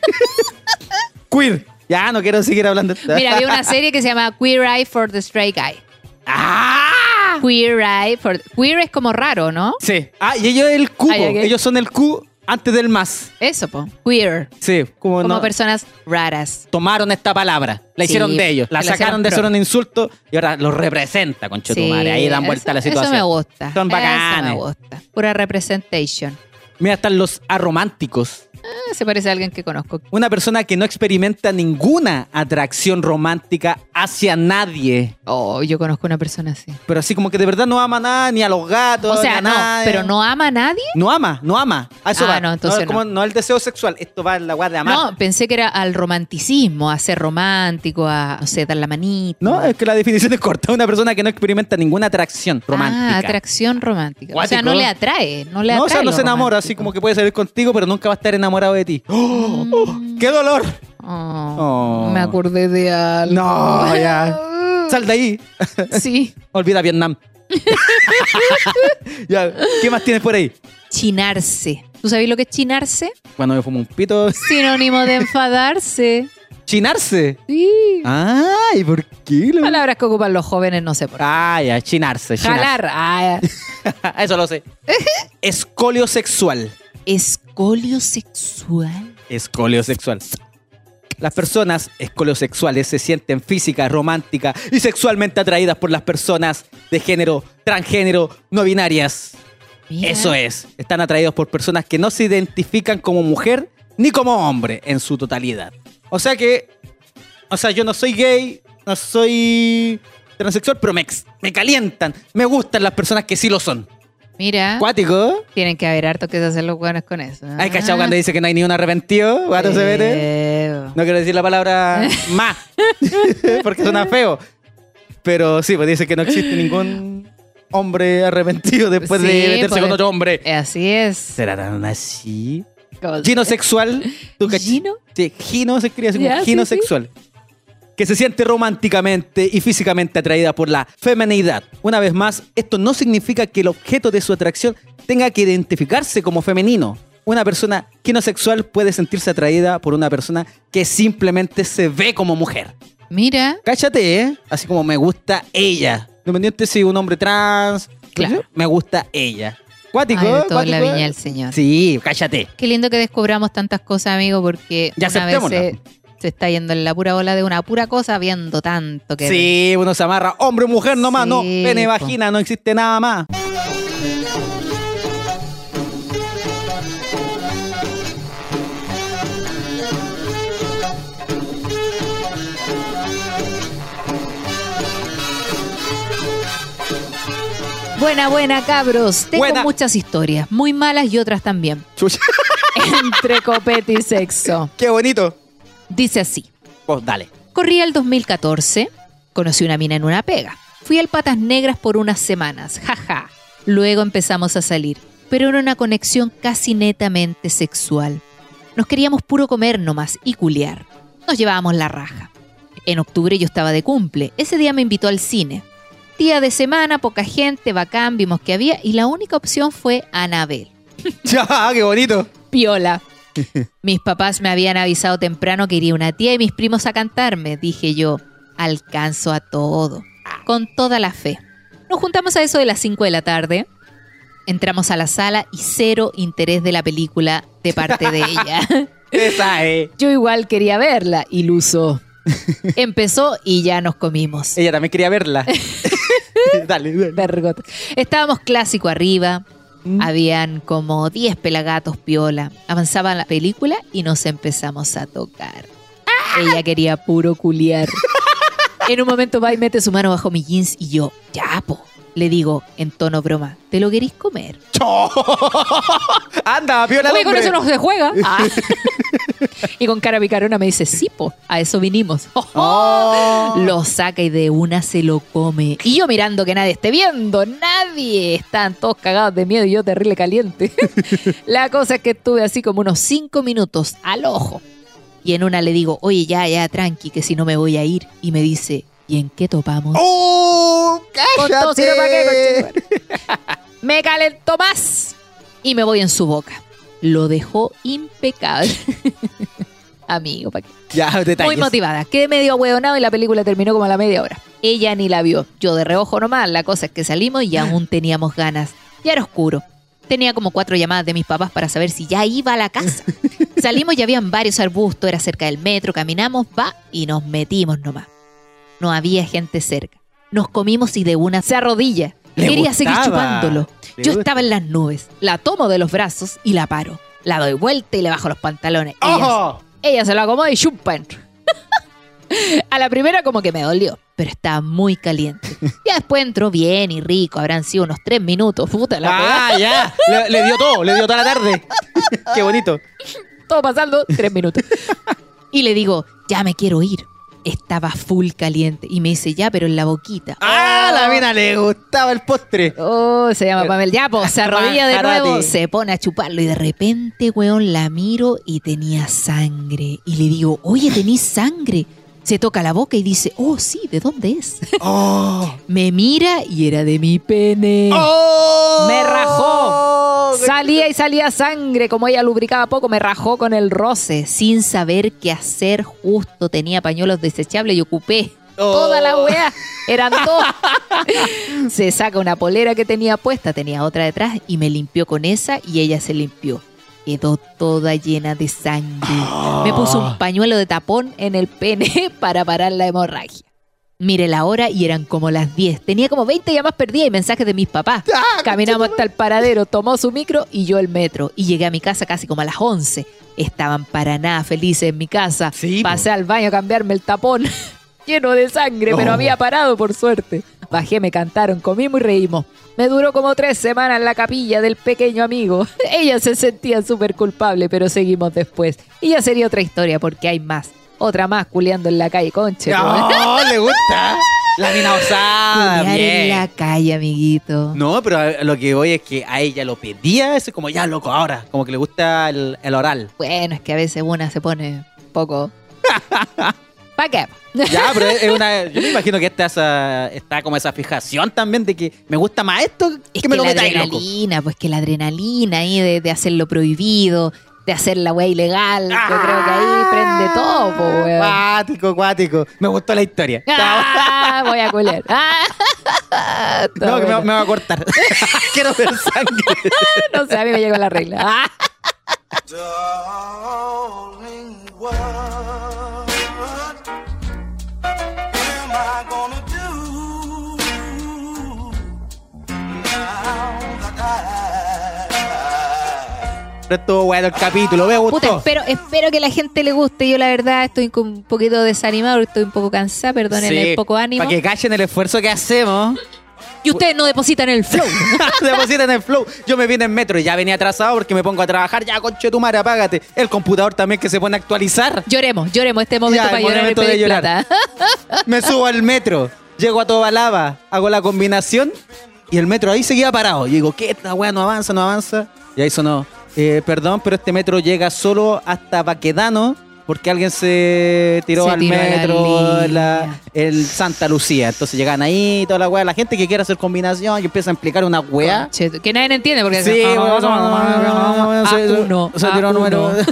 Queer. Ya, no quiero seguir hablando. Mira, había una serie que se llama Queer Eye for the Straight Guy. ¡Ah! Queer Eye for... Queer es como raro, ¿no? Sí. Ah, y ellos el Q. Ah, ya, ok. Ellos son el Q antes del más. Eso, po. Queer. Sí, como, Como no, personas raras. tomaron esta palabra, la Sí, hicieron de ellos, la se la sacaron hicieron de ser pro. un insulto y ahora los representa, conchetumare. Ahí dan vuelta eso, a la situación. Eso me gusta. Son Eso bacanes. me gusta. Pura representation. Mira, están los arománticos. Ah, se parece a alguien que conozco. Una persona que no experimenta ninguna atracción romántica hacia nadie. Oh, yo conozco una persona así. Pero así como que de verdad no ama nada, ni a los gatos, O sea, ni a no, nadie. pero no ama a nadie. No ama, no ama. A eso Ah, va. no, entonces es como, no el deseo sexual. Esto va en la guarda de amar. No, pensé que era al romanticismo, a ser romántico, a, no sé, dar la manita. No, es que la definición es corta. Una persona que no experimenta ninguna atracción romántica. Ah, atracción romántica. O sea, Cuático. no le atrae, no le No, atrae. o sea, no lo se enamora, romántico. así como que puede salir contigo, pero nunca va a estar enamorado de ti. ¡Oh! ¡Oh! ¡Qué dolor! Oh, Oh. Me acordé de algo. No, ya. Sal de ahí. Sí. Olvida Vietnam. Ya, ¿qué más tienes por ahí? Chinarse. ¿Tú sabes lo que es chinarse? Cuando me fumo un pito. Sinónimo de enfadarse. ¿Chinarse? Sí. Ay, ¿por qué? Lo... Palabras que ocupan los jóvenes, no sé por qué. Ah, ya, chinarse. chinarse. Jalar. Ah, Eso lo sé. Escolio sexual. escolio sexual. Escolio sexual. Las personas escoliosexuales se sienten física, romántica y sexualmente atraídas por las personas de género, transgénero, no binarias. Mira. Eso es. Están atraídos por personas que no se identifican como mujer ni como hombre en su totalidad. O sea que, o sea, yo no soy gay, no soy transexual, pero me, ex- me calientan. Me gustan las personas que sí lo son. Mira. Cuático. Tienen que haber harto que se hacen los buenos con eso. Ay, cachado cuando dice que no hay ni un arrepentido. Guato se vete. Eh, No quiero decir la palabra más, porque suena feo. Pero sí, pues dice que no existe ningún hombre arrepentido después Sí, de meterse pues, con otro hombre. Así es. ¿Será tan así? ¿Cómo se- Ginosexual. ¿Tú cach- ¿Gino? Sí, gino se escribe así Ya, como sí, ginosexual. Que se siente románticamente y físicamente atraída por la feminidad. Una vez más, esto no significa que el objeto de su atracción tenga que identificarse como femenino. Una persona ginosexual puede sentirse atraída por una persona que simplemente se ve como mujer. Mira. Cáchate, ¿eh? Así como me gusta ella. Independiente si un hombre trans. Claro. Me gusta ella. Cuático, Ay, de todo en la cuático. viña del Señor. Sí, cállate. Qué lindo que descubramos tantas cosas, amigo, porque Ya una vez aceptémosla. se, se está yendo en la pura ola de una pura cosa viendo tanto que... Sí, uno se amarra hombre o mujer nomás, Sí, no. Pene, po. vagina, no existe nada más. Buena, buena, cabros. Tengo Buena. muchas historias, muy malas y otras también. Chucha. Entre copete y sexo. Qué bonito. Dice así. Pues dale. Corría el dos mil catorce, conocí una mina en una pega. Fui al Patas Negras por unas semanas, jaja. Luego empezamos a salir, pero era una conexión casi netamente sexual. Nos queríamos puro comer nomás y culiar. Nos llevábamos la raja. En octubre yo estaba de cumple. Ese día me invitó al cine. Día de semana, poca gente, bacán, vimos que había y la única opción fue Anabel. Ya, qué bonito. Piola. Mis papás me habían avisado temprano que iría una tía y mis primos a cantarme. Dije yo, alcanzo a todo. Con toda la fe. Nos juntamos a eso de las cinco de la tarde. Entramos a la sala y cero interés de la película de parte de ella. Esa es. Yo igual quería verla, iluso. Empezó y ya nos comimos. Ella también quería verla. Dale, dale. Vergot. Estábamos clásico arriba. Habían como diez pelagatos piola. Avanzaba la película y nos empezamos a tocar. Ella quería puro culiar. En un momento va y mete su mano bajo mi jeans y yo, ya, po. Le digo, en tono broma, ¿te lo queréis comer? Cho. Anda, piola el Oye, con hombre. eso no se juega. Ah. Y con cara picarona me dice, sí, po, a eso vinimos. Oh. Lo saca y de una se lo come. Y yo mirando que nadie esté viendo, nadie. Estaban todos cagados de miedo y yo terrible caliente. La cosa es que estuve así como unos cinco minutos al ojo. Y en una le digo, oye, ya, ya, tranqui, que si no me voy a ir. Y me dice, ¿y en qué topamos? ¡Oh! Con todo, si no, ¿para ¡Cállate! qué, conchetumare? Me calentó más y me voy en su boca. Lo dejó impecable. Amigo, ¿para qué? Ya, detalles. Muy motivada. Quedé medio ahueonado y la película terminó como a la media hora. Ella ni la vio. Yo de reojo nomás. La cosa es que salimos y aún teníamos ganas. Ya era oscuro. Tenía como cuatro llamadas de mis papás para saber si ya iba a la casa. Salimos y habían varios arbustos. Era cerca del metro. Caminamos, va, y nos metimos nomás. No había gente cerca. Nos comimos y de una se arrodilla. Le Quería gustaba. seguir chupándolo. Le Yo gusta. estaba en las nubes. La tomo de los brazos y la paro. La doy vuelta y le bajo los pantalones. Ella, ¡Ojo! ella se lo acomoda y chupa entro. A la primera como que me dolió, pero estaba muy caliente. Ya después entró bien y rico, habrán sido unos tres minutos. Puta la weá. Ah, ya. Le, le dio todo, le dio toda la tarde. Qué bonito. Todo pasando, tres minutos. Y le digo, ya me quiero ir. Estaba full caliente. Y me dice, ya, pero en la boquita. Ah, la mina le gustaba el postre. Oh, se llama Pamela. Ya, pues, se arrodilla de Majarate. nuevo, se pone a chuparlo y de repente, weón, la miro y tenía sangre. Y le digo, oye, tenés sangre. Se toca la boca y dice, oh, sí, ¿de dónde es? Oh. Me mira y era de mi pene. Oh. Me rajó. Salía y salía sangre. Como ella lubricaba poco, me rajó con el roce. Sin saber qué hacer, justo tenía pañuelos desechables y ocupé Oh. toda la weá. Eran dos. Se saca una polera que tenía puesta, tenía otra detrás y me limpió con esa y ella se limpió. Quedó toda llena de sangre. Me puso un pañuelo de tapón en el pene para parar la hemorragia. Mire la hora y eran como las diez. Tenía como veinte llamadas perdidas y mensajes de mis papás. Caminamos hasta el paradero, tomó su micro y yo el metro. Y llegué a mi casa casi como a las once. Estaban para nada felices en mi casa. Sí, po. Pasé al baño a cambiarme el tapón. Lleno de sangre, pero Oh. había parado por suerte. Bajé, me cantaron, comimos y reímos. Me duró como tres semanas en la capilla del pequeño amigo. Ella se sentía súper culpable, pero seguimos después. Y ya sería otra historia, porque hay más. Otra más culeando en la calle, conche. No, le gusta. La mina osada. Culear en Bien. la calle, amiguito. No, pero a lo que voy es que a ella lo pedía, eso como ya loco ahora, como que le gusta el, el oral. Bueno, es que a veces una se pone un poco... ¿Para qué? Ya, pero es una. Yo me imagino que esta esa, está como esa fijación también de que me gusta más esto que, Es me que lo la metáis, loco. adrenalina, pues que la adrenalina ahí de, de hacer lo prohibido, de hacer la wea ilegal. Yo creo que ahí prende todo, po, weón. Cuático, cuático. Me gustó la historia. Ah, voy a culear. Ah, está No, que me, bueno. me va a cortar. Quiero ver sangre. No sé, a mí me llegó la regla. Ah. Darling, what am I gonna do now that I Pero estuvo bueno el capítulo, me gustó. Puta, espero, espero que la gente le guste. Yo la verdad estoy con un poquito desanimado, estoy un poco cansada, perdonen Sí, el poco ánimo. Para que callen el esfuerzo que hacemos. Y ustedes no depositan el flow. Depositen el flow. Yo me vine en metro y ya venía atrasado porque me pongo a trabajar. Ya, conche tu madre, apágate. El computador también que se pone a actualizar. Lloremos, lloremos este momento Ya, para el llorar y momento de pedir llorar. plata. Me subo al metro, llego a Tobalaba, hago la combinación y el metro ahí seguía parado. Y digo, ¿qué? Esta weá no avanza, no avanza. Y ahí sonó, eh, perdón, pero este metro llega solo hasta Baquedano porque alguien se tiró Se al tiró a la metro línea. la- el Santa Lucía. Entonces llegan ahí, toda la weá, la gente que quiere hacer combinación y empieza a explicar una weá. Che, que nadie entiende porque Sí, weón, A se- uno, se tiró A número. uno.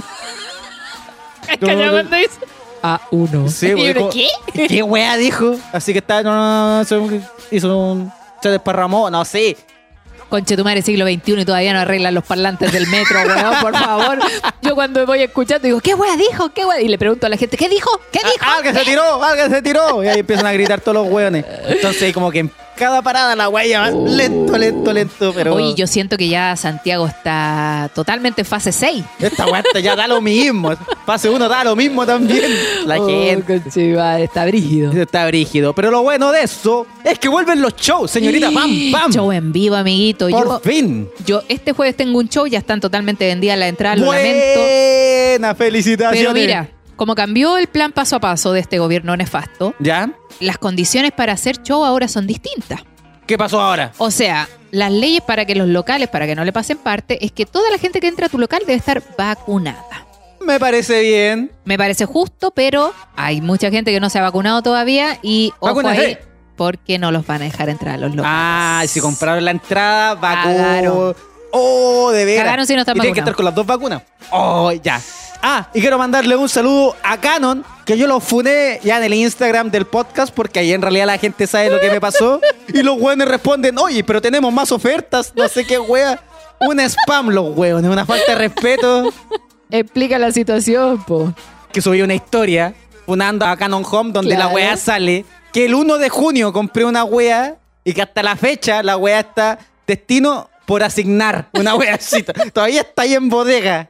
¿Cachai cuando dice? A uno. Sí, ¿Y porque uno como- qué? ¿Qué wea dijo? Así que está, no, no, no, se hizo un, se desparramó, no sé. Conche tu madre, siglo veintiuno y todavía no arreglan los parlantes del metro, weón, por favor. Yo cuando voy escuchando digo, ¿qué wea dijo? ¿Qué wea? Y le pregunto a la gente, ¿qué dijo? ¿Qué dijo? Ah, alguien se tiró, alguien se tiró. Y ahí empiezan a gritar todos los weones. Entonces ahí como que en cada parada la wea va lento, lento, lento, pero... Oye, yo siento que ya Santiago está totalmente en fase seis. Esta wea ya da lo mismo. Fase uno da lo mismo también. La Oh, gente... conche, madre, está brígido. Está brígido. Pero lo bueno de eso es que vuelven los shows, señorita. ¡Pam, pam! Show en vivo, amiguito. Por Yo, fin. yo este jueves tengo un show, ya están totalmente vendidas las entradas, lo lamento. Buena, felicitaciones. Pero mira, como cambió el plan paso a paso de este gobierno nefasto, ¿Ya? las condiciones para hacer show ahora son distintas. ¿Qué pasó ahora? O sea, las leyes para que los locales, para que no le pasen parte, es que toda la gente que entra a tu local debe estar vacunada. Me parece bien. Me parece justo, pero hay mucha gente que no se ha vacunado todavía y ojo Vacúnese. ahí, porque no los van a dejar entrar a los locales. Ah, si compraron la entrada, vacuna. Cagaron. Oh, de veras. Cagaron si no están y tienen que vacunados. estar con las dos vacunas. Oh, ya. Ah, y quiero mandarle un saludo a Canon, que yo lo funé ya en el Instagram del podcast, porque ahí en realidad la gente sabe lo que me pasó. Y los weones responden, oye, pero tenemos más ofertas, no sé qué wea. Un spam, los weones, una falta de respeto. Explica la situación, po. Que subí una historia funando a Canon Home donde Claro. la wea sale que el uno de junio compré una wea y que hasta la fecha la wea está destino por asignar una weacita. Todavía está ahí en bodega.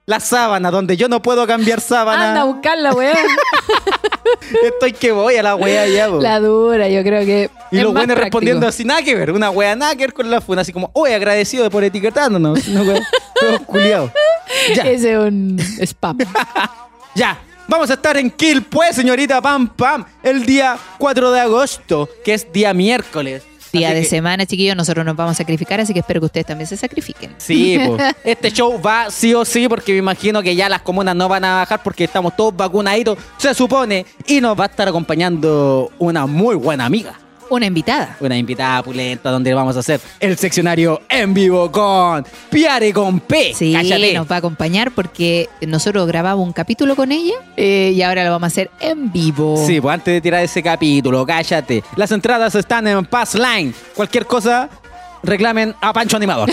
La sábana, donde yo no puedo cambiar sábana. Anda a buscarla, weón. Estoy que voy a la wea ya, po. La dura, yo creo que. Y es los más buenos práctico. respondiendo así, nada que ver. Una wea nada que ver con la funa. Así como, oye, agradecido por etiquetándonos. Una wea, todos culiados. Ya, Ese es un spam. ya. Vamos a estar en Kill, pues, señorita Pam Pam, el día cuatro de agosto, que es día miércoles. Día Así de que- semana, chiquillos, nosotros nos vamos a sacrificar, así que espero que ustedes también se sacrifiquen. Sí, pues. Este show va sí o sí, porque me imagino que ya las comunas no van a bajar porque estamos todos vacunaditos, se supone, y nos va a estar acompañando una muy buena amiga. Una invitada. Una invitada pulenta donde vamos a hacer el seccionario en vivo con Piare con P. Sí, Cállate. nos va a acompañar porque nosotros grabamos un capítulo con ella eh, y ahora lo vamos a hacer en vivo. Sí, pues antes de tirar ese capítulo, cállate. Las entradas están en Pass Line. Cualquier cosa, reclamen a Pancho Animador.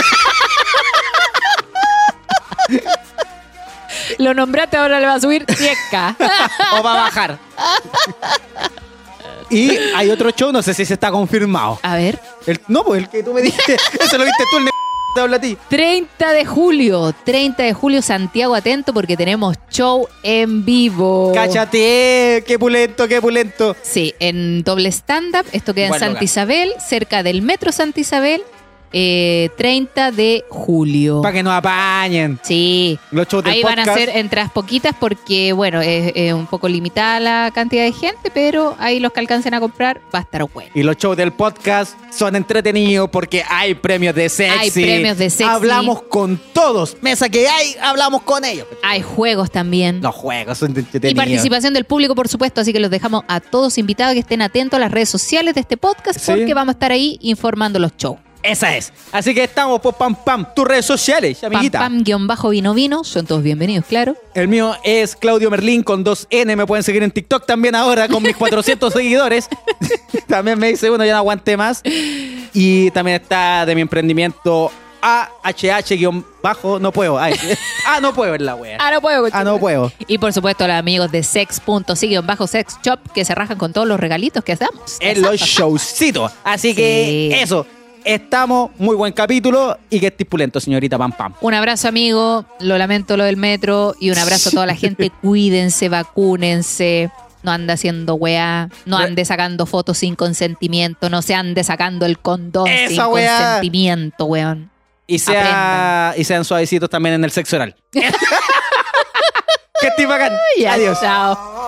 Lo nombraste, ahora le va a subir diez K. O va a bajar. Y hay otro show, no sé si se está confirmado. A ver. El- no, pues el que tú me dijiste, eso lo viste tú, el ne- te habla a ti. treinta de julio. treinta de julio, Santiago, atento porque tenemos show en vivo. Cáchate, qué pulento, qué pulento. Sí, en doble stand-up. Esto queda Igual en Santa lugar. Isabel, cerca del metro Santa Isabel. eh, treinta de julio. Para que nos apañen. Sí. Los shows del Ahí van a podcast. ser entradas poquitas porque, bueno, es, es un poco limitada la cantidad de gente, pero ahí los que alcancen a comprar va a estar bueno. Y los shows del podcast son entretenidos porque hay premios de sexy. Hay premios de sexy. Hablamos con todos. Mesa que hay, hablamos con ellos. Hay juegos también. Los juegos son entretenidos. Y participación del público, por supuesto, así que los dejamos a todos invitados que estén atentos a las redes sociales de este podcast Sí. porque vamos a estar ahí informando los shows. Esa es. Así que estamos, pues, pam, pam. Tus redes sociales, Pam amiguita. pam guión bajo vino vino, son todos bienvenidos, claro. El mío es Claudio Merlín con dos N. Me pueden seguir en TikTok también ahora con mis cuatrocientos seguidores. También me dice uno, ya no aguante más. Y también está de mi emprendimiento A H H guión bajo. No puedo. Ay, ah, no puedo ver la wea. Ah, no puedo. Ah, no puedo. Y por supuesto los amigos de sex punto si guión bajo sex shop que se rajan con todos los regalitos que damos. En los showcitos. Así que Sí. eso. Estamos, muy buen capítulo y que estés pulento, señorita Pam Pam. Un abrazo, amigo. Lo lamento lo del metro. Y un abrazo a toda la gente. Cuídense, vacúnense. No ande haciendo weá. No ande sacando fotos sin consentimiento. No se ande sacando el condón Esa sin weá. consentimiento, weón. Y, sea, y sean suavecitos también en el sexo oral. Que estés bacán. Ya, Adiós. chao.